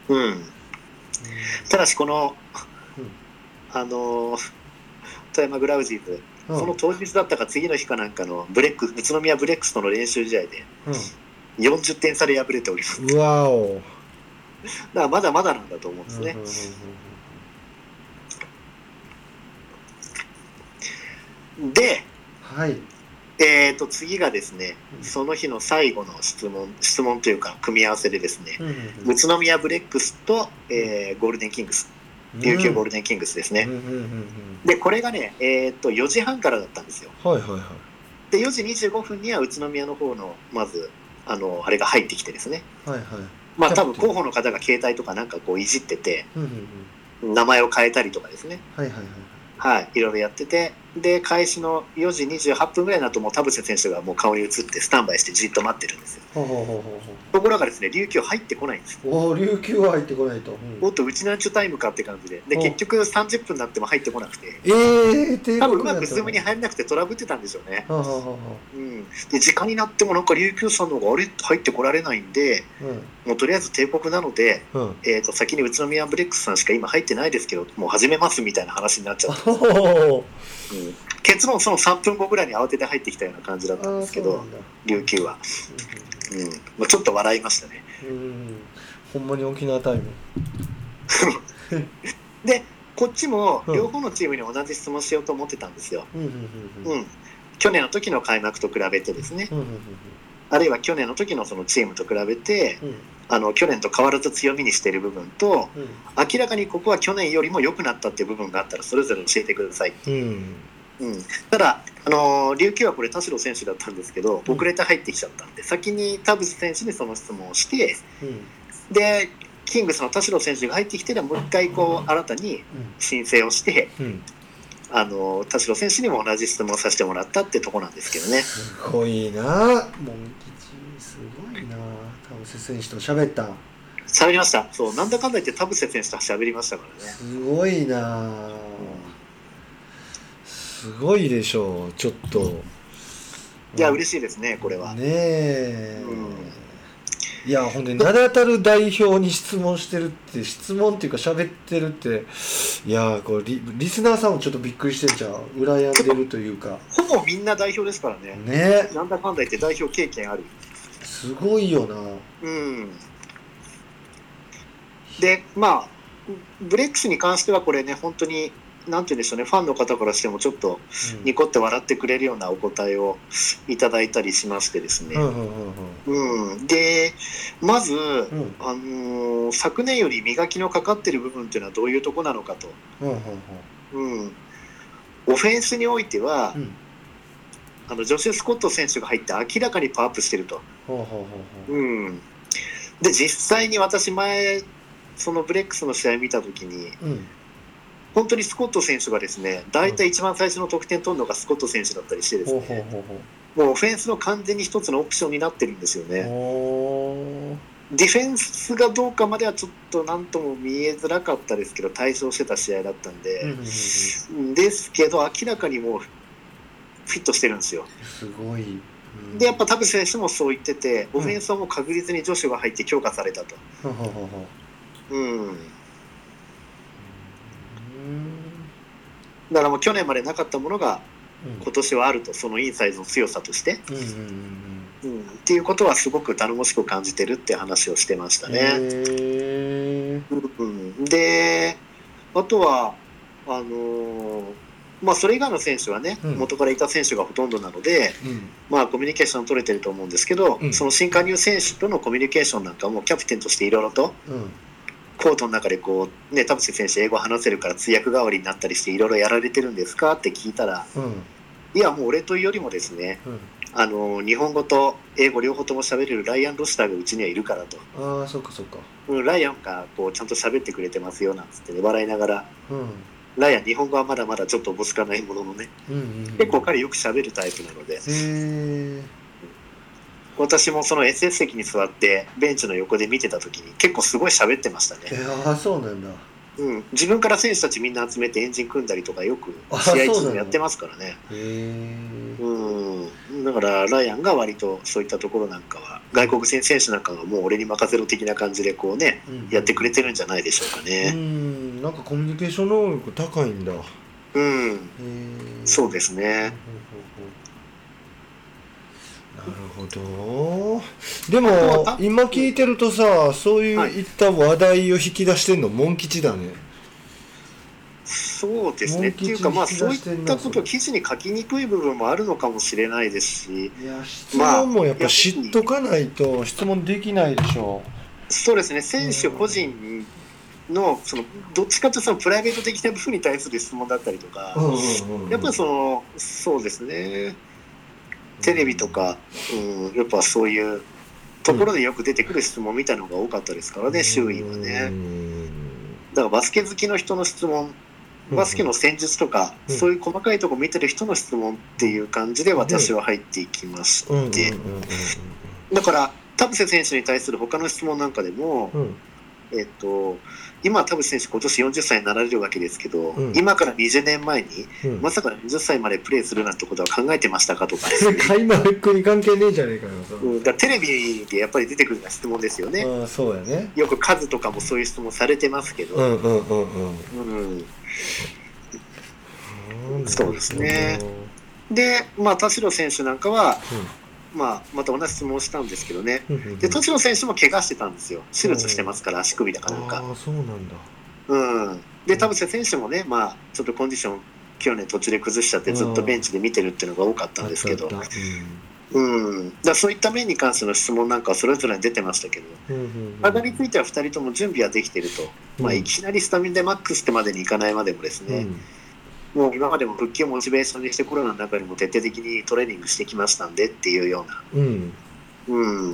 ただしこの富山グラウジーズ、その当日だったか次の日かなんかの宇都宮ブレックスとの練習試合で40点差で敗れております。だからまだまだなんだと思うんですね。で、次がですね、その日の最後の質問というか組み合わせでですね、宇都宮ブレックスと、ゴールデンキングス、琉球ゴールデンキングスですね。でこれがね、4時半からだったんですよ。で4時25分には宇都宮の方のまずあれが入ってきてですね、まあ多分候補の方が携帯とかなんかこういじってて、名前を変えたりとかですね、いろいろやってて、で開始の4時28分ぐらいになるともう田臥選手がもう顔に映ってスタンバイしてじっと待ってるんですよ。ところがですね、琉球入ってこないんです。
琉球は入ってこないと。
もっとうちなんちゅタイムかって感じで、結局30分になっても入ってこなくて、多分うまくズームに入らなくてトラブってたんでしょうね。で時間になってもなんか琉球さんの方があれ入ってこられないんで、もうとりあえず帝国なので、先に宇都宮ブレックスさんしか今入ってないですけどもう始めますみたいな話になっちゃった。結論その3分後ぐらいに慌てて入ってきたような感じだったんですけど、琉球は、ちょっと笑いましたね。
ほんまに沖縄タイム
でこっちも両方のチームに同じ質問しようと思ってたんですよ。去年の時の開幕と比べてですね、あるいは去年の時のそのチームと比べて、去年と変わらず強みにしている部分と、明らかにここは去年よりも良くなったっていう部分があったらそれぞれ教えてくださいっていう。ただ琉球はこれ田代選手だったんですけど、遅れて入ってきちゃったんで、先に田淵選手にその質問をして、でキングスの田代選手が入ってきて、もう一回こう新たに申請をして、田代選手にも同じ質問をさせてもらったってとこなんですけどね。
すごいな、モン吉すごいな。田臥選手と喋
りました。そう、なんだかんだ言って田臥選手と喋りましたからね。
すごいな、すごいでしょう。ちょっと
いや嬉しいですね、これは
ねえ、いやほんで名だたる代表に質問してるって、質問っていうか喋ってるって、いやこう リスナーさんもちょっとびっくりしてんじゃん、羨んでるというか。
ほぼみんな代表ですからね。なんだかんだ言って代表経験ある。
すごいよな。
でまあブレックスに関してはこれね、本当になんて言うんでしょうね、ファンの方からしてもちょっとニコって笑ってくれるようなお答えをいただいたりしましてですね。でまず、昨年より磨きのかかってる部分っていうのはどういうとこなのかと。オフェンスにおいては、ジョシュ・スコット選手が入って明らかにパワーアップしてると。で実際に私前そのブレックスの試合見た時に、本当にスコット選手がですね、大体一番最初の得点取るのがスコット選手だったりしてですね、もうオフェンスの完全に一つのオプションになってるんですよね。ディフェンスがどうかまではちょっと何とも見えづらかったですけど、対象してた試合だったんで、ですけど明らかにもうフィットしてるんですよ。
すごい。
でやっぱ田臥選手もそう言ってて、オフェンスはもう確実にジョシュが入って強化されたと。だからもう去年までなかったものが今年はあると、そのインサイズの強さとして、っていうことはすごく頼もしく感じてるって話をしてましたね。であとはそれ以外の選手はね、元からいた選手がほとんどなので、コミュニケーション取れてると思うんですけど、その新加入選手とのコミュニケーションなんかもキャプテンとしていろいろと、コートの中でこうね、田臥選手英語話せるから通訳代わりになったりしていろいろやられてるんですかって聞いたら、いやもう俺というよりもですね、日本語と英語両方とも喋れるライアン・ロスターがうちにはいるからと。
そっかそっか。
ライアンがこうちゃんと喋ってくれてますよなんつってね、笑いながら、ライアン日本語はまだまだちょっとおぼつかないもののね、結構彼よく喋るタイプなので、私もその SS 席に座ってベンチの横で見てた時に結構すごい喋ってましたね。
そうなんだ。
自分から選手たちみんな集めてエンジン組んだりとかよく試合中やってますからね。だからライアンが割とそういったところなんかは、外国人選手なんかがもう俺に任せろ的な感じでこうね、やってくれてるんじゃないでしょうかね。
なんかコミュニケーション能力高いんだ。
そうですね。
なるほど。でも今聞いてるとさ、そういった話題を引き出してんのモン吉だね。
そうですね。っていうかそういったことを記事に書きにくい部分もあるのかもしれないですし、
質問もやっぱ知っとかないと質問できないでしょ。
そうですね。選手個人のそのどっちかというとそのプライベート的な部分に対する質問だったりとか、やっぱりそうですね。テレビとか、やっぱそういうところでよく出てくる質問みたいなのが多かったですからね、周囲はね。だからバスケ好きの人の質問、バスケの戦術とか、そういう細かいところ見てる人の質問っていう感じで私は入っていきまして、だから田臥選手に対する他の質問なんかでも、今田臥選手今年40歳になられるわけですけど、今から20年前に、まさか20歳までプレーするなんてことは考えてましたかとかですね。
開幕に関係ねえじゃねえかよ。
だテレビでやっぱり出てくるような質問ですよね。
そうやね。
よく数とかもそういう質問されてますけど。そうですね。で田代選手なんかは、また同じ質問をしたんですけどね。で田代選手も怪我してたんですよ。手術してますから、足首だかなんか。
そうなんだ。
で多分選手もね、ちょっとコンディション去年途中で崩しちゃってずっとベンチで見てるっていうのが多かったんですけど、だそういった面に関しての質問なんかはそれぞれに出てましたけど、体については2人とも準備はできていると、いきなりスタミナでマックスってまでにいかないまでもですね、もう今までも復帰をモチベーションにしてコロナの中でも徹底的にトレーニングしてきましたんでっていうような、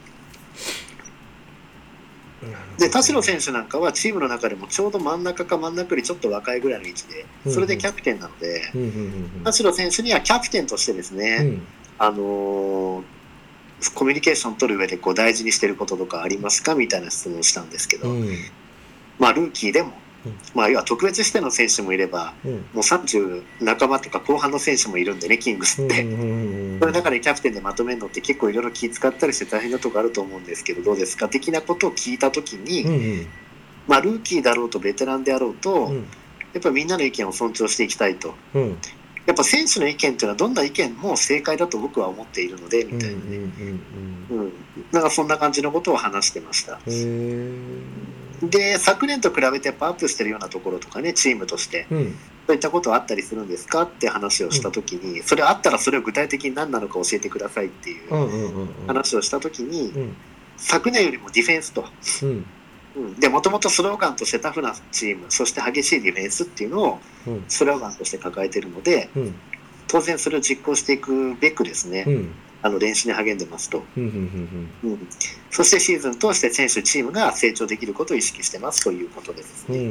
で田代選手なんかはチームの中でもちょうど真ん中か真ん中よりちょっと若いぐらいの位置で、それでキャプテンなので、田代選手にはキャプテンとしてですね、コミュニケーション取る上でこう大事にしてることとかありますかみたいな質問をしたんですけど、ルーキーでも、要は特別しての選手もいれば、もう30半ばとか後半の選手もいるんでね、キングスって、その中でキャプテンでまとめるのって結構いろいろ気使ったりして大変なとこあると思うんですけど、どうですか的なことを聞いたときに、ルーキーだろうとベテランであろうと、やっぱりみんなの意見を尊重していきたいと、やっぱ選手の意見っていうのはどんな意見も正解だと僕は思っているのでみたいなね、なんかそんな感じのことを話してました。で昨年と比べてやっぱアップしてるようなところとかね、チームとして、そういったことはあったりするんですかって話をしたときに、それあったらそれを具体的に何なのか教えてくださいっていう話をしたときに、昨年よりもディフェンスと、でもともとスローガンとしてタフなチーム、そして激しいディフェンスっていうのをスローガンとして抱えているので、当然それを実行していくべくですね、練習に励んでますと、そしてシーズン通して選手チームが成長できることを意識してますということでですね、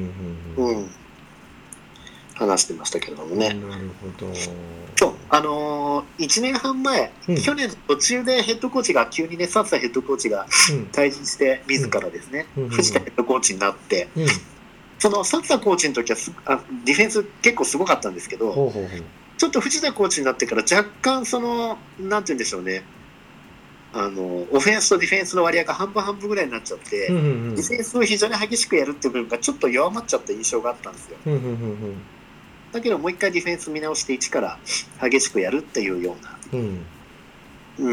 話してましたけれどもね。
なるほど。
そう1年半前、去年途中でヘッドコーチが急にね、サッサヘッドコーチが退陣して自らですね、藤田ヘッドコーチになって、そのサッサコーチの時はディフェンス結構すごかったんですけど、ちょっと藤田コーチになってから若干なんて言うんでしょうね、オフェンスとディフェンスの割合が半分半分ぐらいになっちゃって、ディフェンスを非常に激しくやるっていう部分がちょっと弱まっちゃった印象があったんですよ。だけどもう一回ディフェンス見直して一から激しくやるっていうような、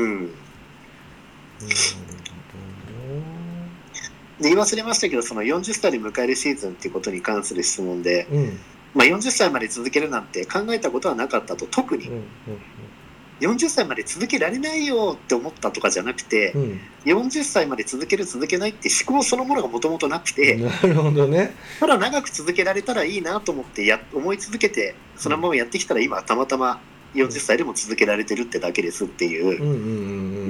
で言い忘れましたけど、その40歳で迎えるシーズンっていうことに関する質問で、40歳まで続けるなんて考えたことはなかったと。特に40歳まで続けられないよって思ったとかじゃなくて、40歳まで続ける続けないって思考そのものがもともとなくて、
なるほどね、
ただ長く続けられたらいいなと思って思い続けて、そのままやってきたら今たまたま40歳でも続けられてるってだけですっていう、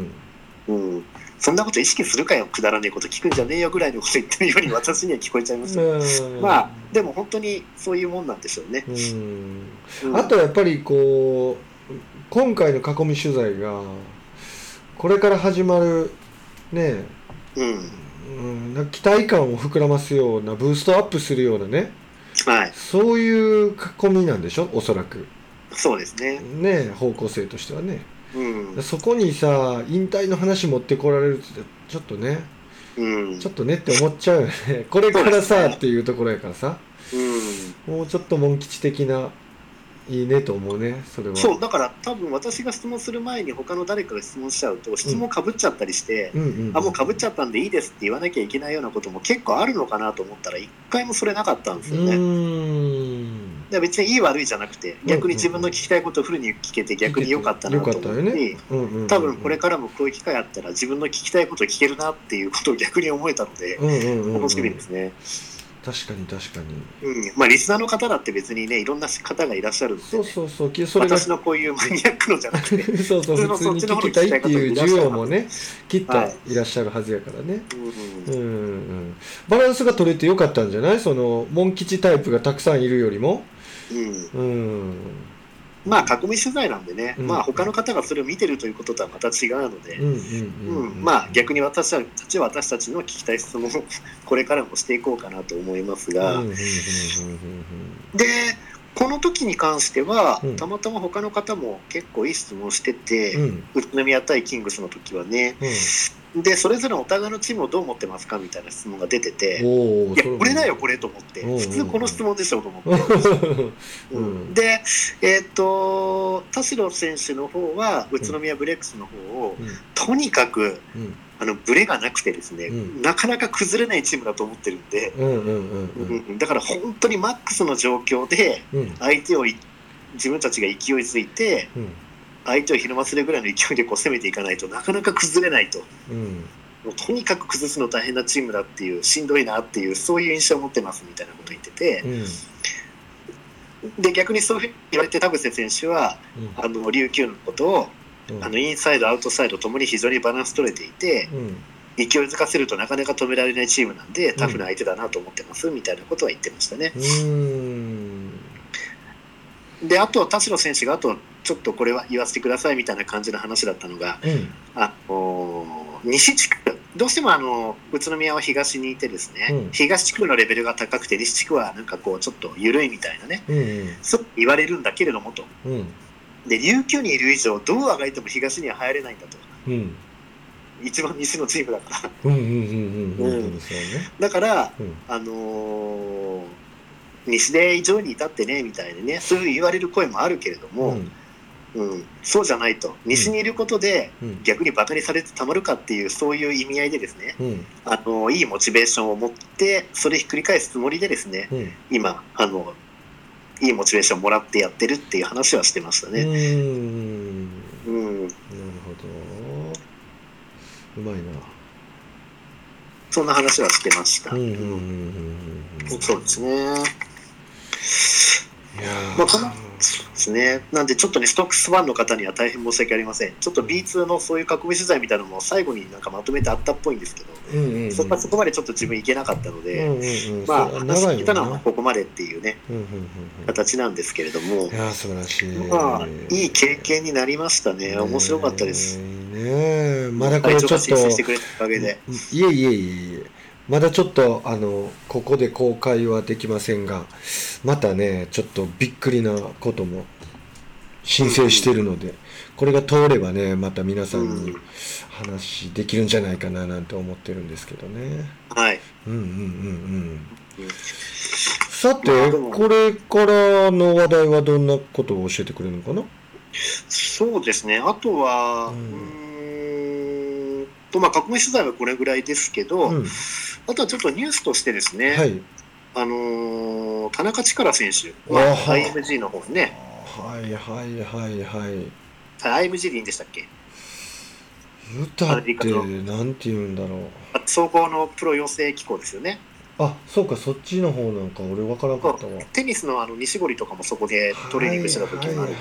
そんなこと意識するかよ、くだらねえこと聞くんじゃねえよぐらいのこと言ってるように私には聞こえちゃいました。でも本当にそういうもんなんでしょうね。
あとやっぱりこう今回の囲み取材がこれから始まるね、期待感を膨らますような、ブーストアップするようなね、そういう囲みなんでしょ、おそらく。
そうですね。
方向性としてはね。そこにさ、引退の話持ってこられるってちょっとね、ちょっとねって思っちゃうよね。これからさ、っていうところやからさ、もうちょっとモン吉的ないいねと思うね、それは。
そうだから多分私が質問する前に他の誰かが質問しちゃうと質問かぶっちゃったりして、もうかぶっちゃったんでいいですって言わなきゃいけないようなことも結構あるのかなと思ったら一回もそれなかったんですよね。で別にいい悪いじゃなくて、逆に自分の聞きたいことをフルに聞けて逆に良かったなと思って、多分これからもこういう機会あったら自分の聞きたいことを聞けるなっていうことを逆に思えたので楽しみですね。
確かに確かに、
リスナーの方だって別にね、いろんな方がいらっしゃるんで、
それ
私のこういうマニアックのじゃなくて
普通に聞きたいっていう需要もね、きっといらっしゃるはずやからね。バランスが取れてよかったんじゃない？そのモン吉タイプがたくさんいるよりも。
囲み取材なんでね、他の方がそれを見てるということとはまた違うので、逆に私たちの聞きたい質問をこれからもしていこうかなと思いますが、でこの時に関しては、たまたま他の方も結構いい質問してて、宇都宮対キングスの時はね、でそれぞれお互いのチームをどう思ってますかみたいな質問が出てて、いやこれだよこれと思って、普通この質問でしょと思って、で田代選手の方は宇都宮ブレックスの方を、とにかくブレがなくてですね、なかなか崩れないチームだと思ってるんで、だから本当にマックスの状況で相手を自分たちが勢いづいて、相手をひるませるぐらいの勢いでこう攻めていかないとなかなか崩れないと、もうとにかく崩すの大変なチームだっていう、しんどいなっていう、そういう印象を持ってますみたいなことを言ってて、で逆にそういうふうに言われて田臥選手は、琉球のことを、インサイドアウトサイドともに非常にバランス取れていて、勢いづかせるとなかなか止められないチームなんでタフな相手だなと思ってますみたいなことは言ってましたね。であと田代選手がちょっとこれは言わせてくださいみたいな感じの話だったのが、西地区どうしても宇都宮は東にいてですね、東地区のレベルが高くて西地区はなんかこうちょっと緩いみたいなね、そう言われるんだけれどもと、で琉球にいる以上どうあがいても東には入れないんだと、一番西のチームだからだから、西で上位に至ってねみたいにね、そういう言われる声もあるけれども、そうじゃないと、西にいることで逆にバカにされてたまるかっていう、そういう意味合いでですね、いいモチベーションを持ってそれひっくり返すつもりでですね、今いいモチベーションもらってやってるっていう話はしてましたね。
なるほど、うまいな。
そんな話はしてました。そうですね。そうですね。なんでちょっとね、ストックスファンの方には大変申し訳ありません。ちょっと B2 のそういう囲み取材みたいなのも最後になんかまとめてあったっぽいんですけど、そこまでちょっと自分行けなかったので、話聞いたのはここまでっていうね、形なんですけれども、
いや素晴らしい。
いい経験になりましたね。面白かったです。
まだこれちょっと
してくれたおかげで。
いえまだちょっとここで公開はできませんが、またねちょっとびっくりなことも申請しているので、これが通ればねまた皆さんに話できるんじゃないかななんて思ってるんですけどね。
はい。
さてこれからの話題はどんなことを教えてくれるのかな。
そうですね。あとは囲み取材はこれぐらいですけど、あとはちょっとニュースとしてですね、田中力選手は IMG の方にね、IMG でいいんでしたっけ？
ユタってなんて言うんだろう。
総合のプロ養成機構ですよね。
あ、そうか、そっちの方なんか俺分からなかったわ。
テニスの西堀とかもそこでトレーニングしてた時もある。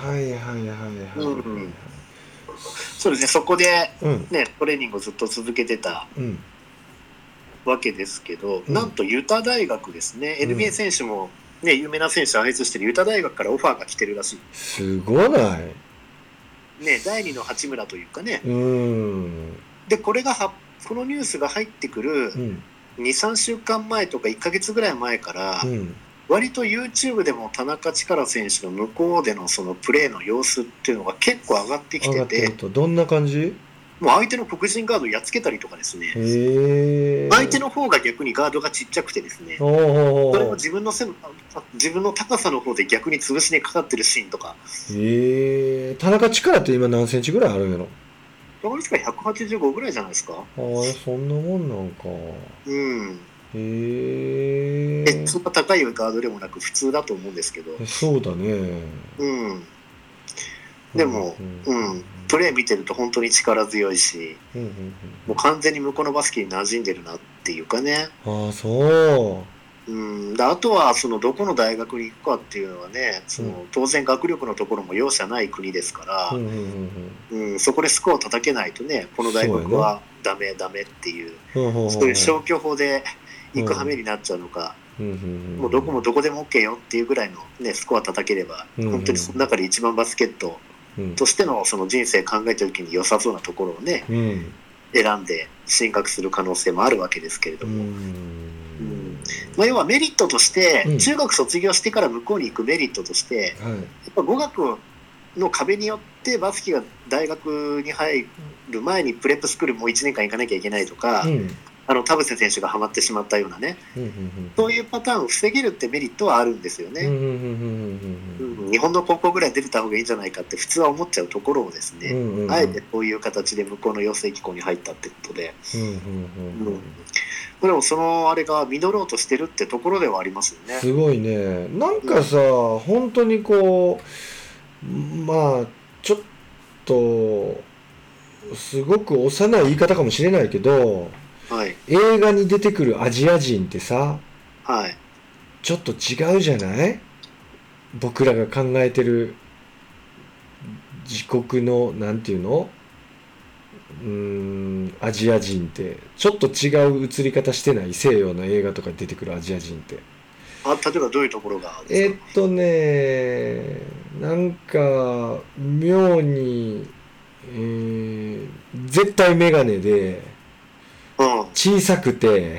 そうですね、そこで、トレーニングをずっと続けてたわけですけど、なんとユタ大学ですね、NBA 選手も、ね、有名な選手を輩出してるユタ大学からオファーが来てるらしい。
すごない、
ね、第2の八村というかね。でこのニュースが入ってくる2、3週間前とか1ヶ月ぐらい前から、割と YouTube でも田中力選手の向こうでのそのプレーの様子っていうのが結構上がってきてて、
どんな感じ？
もう相手の黒人ガードをやっつけたりとかですね、相手の方が逆にガードがちっちゃくてですね、それを自分の高さの方で逆に潰しにかかってるシーンとか。
田中力って今何センチぐらいあるんやろ？
田中力185ぐらいじゃないですか。
そんなもんなんか。
そんな高いガードでもなく普通だと思うんですけど。
そうだね。
でも、プレー見てると本当に力強いし、もう完全に向こうのバスケに馴染んでるなっていうかね。あとはどこの大学に行くかっていうのはね、当然学力のところも容赦ない国ですから、そこでスコアを叩けないとね、この大学はダメっていう、そういう消去法で行く羽目になっちゃうのか、もうどこもどこでも OK よっていうぐらいの、ね、スコア叩ければ、本当にその中で一番バスケットとしてのその人生考えた時に良さそうなところをね、選んで進学する可能性もあるわけですけれども、要はメリットとして、中学卒業してから向こうに行くメリットとして、やっぱ語学の壁によってバスケが大学に入る前にプレップスクールもう1年間行かなきゃいけないとか、 田臥選手がハマってしまったようなね、そういうパターンを防げるってメリットはあるんですよね。日本の高校ぐらい出てた方がいいんじゃないかって普通は思っちゃうところをですね、あえてこういう形で向こうの養成機構に入ったってことで、でもそのあれが実ろうとしてるってところではありますよね。
すごいね。なんかさ、本当にこうまあちょっとすごく幼い言い方かもしれないけど、
はい、
映画に出てくるアジア人ってさ、
はい、
ちょっと違うじゃない？僕らが考えてる自国のなんていうの？アジア人ってちょっと違う映り方してない？西洋の映画とかに出てくるアジア人って。
例えばどういうところが
ですか？なんか妙に、絶対メガネで小さくて、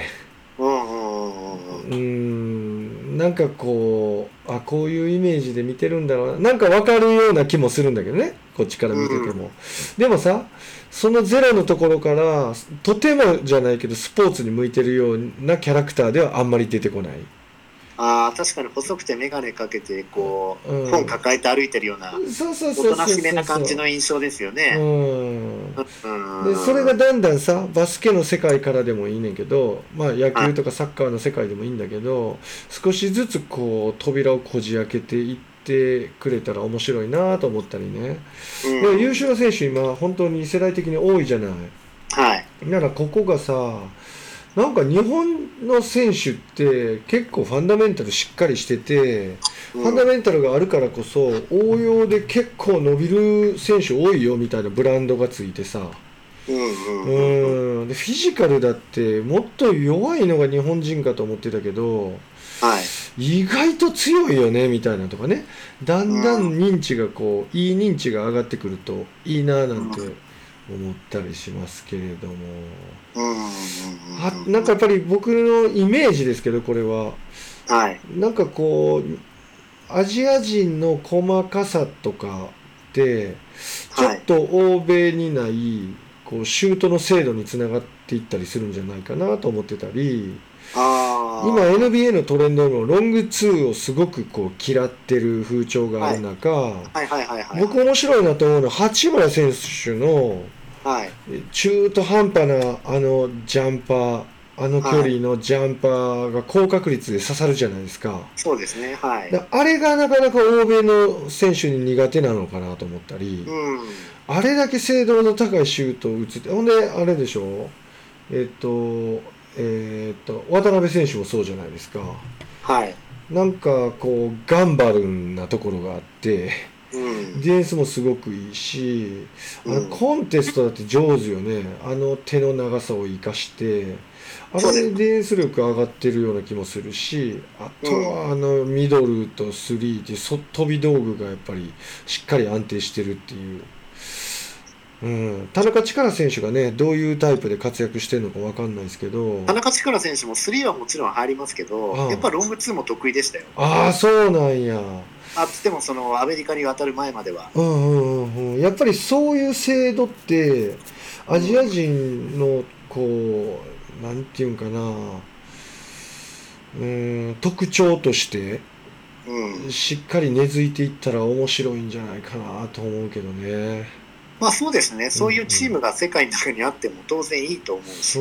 なんかこうこういうイメージで見てるんだろうな、なんか分かるような気もするんだけどね、こっちから見てても。でもさ、そのゼロのところからとてもじゃないけどスポーツに向いてるようなキャラクターではあんまり出てこない。
確かに細くて眼鏡かけてこう、本抱えて歩いてるようなおとなしめな感じの印象ですよね。
でそれがだんだんさ、バスケの世界からでもいいねんけど、野球とかサッカーの世界でもいいんだけど、少しずつこう扉をこじ開けていってくれたら面白いなと思ったりね。で優秀な選手今本当に世代的に多いじゃない。ならここがさ、なんか日本の選手って結構ファンダメンタルしっかりしてて、ファンダメンタルがあるからこそ応用で結構伸びる選手多いよみたいなブランドがついてさ、でフィジカルだってもっと弱いのが日本人かと思ってたけど、意外と強いよねみたいなとかね、だんだん認知がこういい認知が上がってくるといいななんて思ったりしますけれども、なんかやっぱり僕のイメージですけど、これは、なんかこうアジア人の細かさとかってちょっと欧米にないこうシュートの精度につながっていったりするんじゃないかなと思ってたり、今 NBA のトレンドのロングツーをすごくこう嫌ってる風潮がある中、僕面白いなと思うのは八村選手の中途半端なジャンパー、距離のジャンパーが高確率で刺さるじゃないですか。
そうですね。
あれがなかなか欧米の選手に苦手なのかなと思ったり、あれだけ精度の高いシュートを打つって、ほんであれでしょ、渡辺選手もそうじゃないですか。なんかこうガンバルンなところがあって、ディフェンスもすごくいいし、コンテストだって上手よね。手の長さを生かして、あれでディフェンス力上がってるような気もするし、あとはミドルとスリーって飛び道具がやっぱりしっかり安定してるっていう。田中力選手がね、どういうタイプで活躍してるのか分かんないですけど、
田中力選手もスリーはもちろん入りますけど、やっぱロングツーも得意でしたよ。
そうなんや。
でもそのアメリカに渡る前までは。
やっぱりそういう制度ってアジア人のこうなんていうんかな、特徴としてしっかり根付いていったら面白いんじゃないかなと思うけどね。
そうですね。そういうチームが世界の中にあっても当然いいと思うし、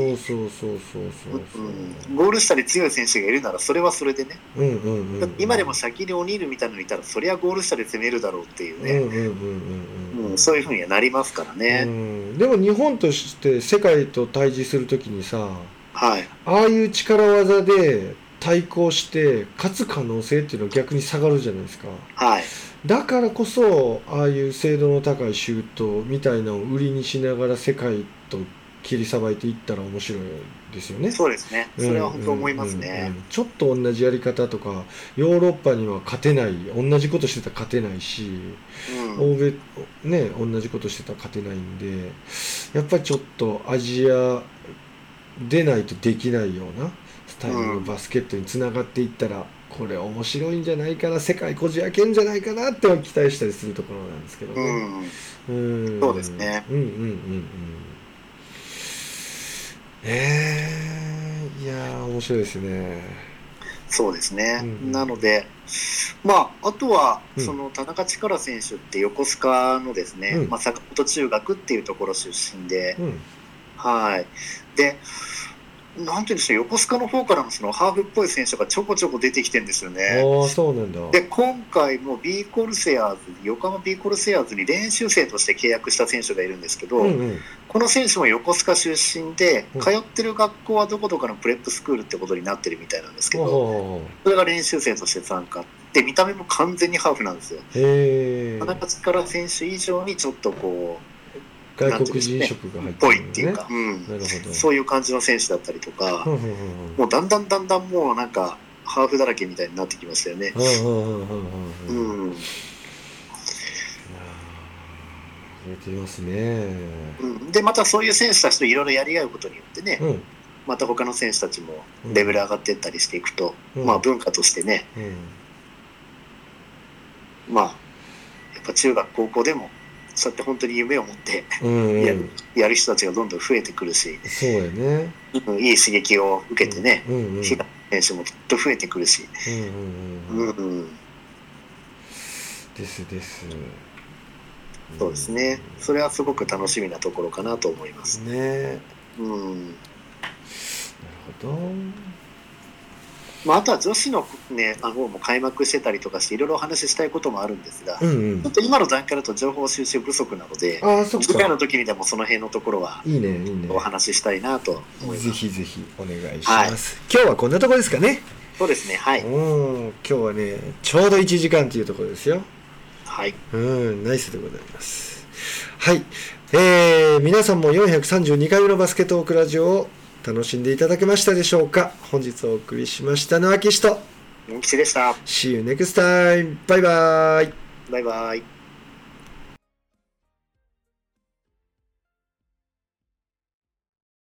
ゴール下で強い選手がいるならそれはそれでね。今でもシャキリ・オニールみたいなのいたらそりゃゴール下で攻めるだろうっていうね、そういうふうにはなりますからね。
でも日本として世界と対峙するときにさ、ああいう力技で対抗して勝つ可能性っていうのは逆に下がるじゃないですか。だからこそああいう精度の高いシュートみたいなのを売りにしながら世界と切りさばいていったら面白いですよね。
そうですね。それは本当思いますね。
ちょっと同じやり方とかヨーロッパには勝てない、同じことしてたら勝てないし、欧米ね同じことしてたら勝てないんで、やっぱりちょっとアジアでないとできないようなスタイルのバスケットにつながっていったら、これ面白いんじゃないかな、世界こじ開けんじゃないかなって期待したりするところなんですけどね。
そうですね。
いやー面白いですね。
そうですね、
うん
なので、まあ、あとは
うん
その田中力選手って横須賀のですね、
うん
まあ、坂本中学っていうところ出身で、
うん
はい。で、なんていうんでしょう、横須賀の方からもそのハーフっぽい選手がちょこちょこ出てきてるんですよね。
ああそうなんだ。
で、今回も B コルセアーズ、横浜 B コルセアーズに練習生として契約した選手がいるんですけど、
うんうん
この選手も横須賀出身で、
うん
通ってる学校はどこどこのプレップスクールってことになってるみたいなんですけど、
ほ
それが練習生として参加で、見た目も完全にハーフなんですよ。
うへえ
田中力選手以上にちょっとこう、
外国人色が入って
ぽ
る
いっていうか、
なるほど。
そういう感じの選手だったりとか、
うんうんうん
もうだんだんもうなんかハーフだらけみたいになってきましたよね。
うんうんうんうんうん
うん、
出てますね。
でまたそういう選手たちといろいろやり合うことによってね、
うん
また他の選手たちもレベル上がっていったりしていくと、
うん
まあ文化としてね、
うん
まあやっぱ中学高校でもそうやって本当に夢を持って
うん
やる人たちがどんどん増えてくるし、
そうやね。
いい刺激を受けてね、
うんうん
選手もきっと増えてくるし、
うんうんうん
うん
ですです。
そうですね。それはすごく楽しみなところかなと思います。
ね。なる
うん。
ほど。
まあ、あとは女子のね、方も開幕してたりとかしていろいろお話ししたいこともあるんですが、
うんうん
ちょっと今の段階だと情報収集不足なので、
ああそっ
次回の
か。
時にでもその辺のところはい
いねいいね。
お話ししたいなと思い
ぜ
ます。
ひぜひお願いします。今日はこんなとこですかね。
そうですね。はい。
うん今日はねちょうど1時間というところですよ。
はい。
ナイスでございます。はい、皆さんも432回目のバスケットークラジオを楽しんでいただけましたでしょうか。本日お送りしましたのは岸と
モン吉でした。
See you next time. バイバイ。
バイバイ。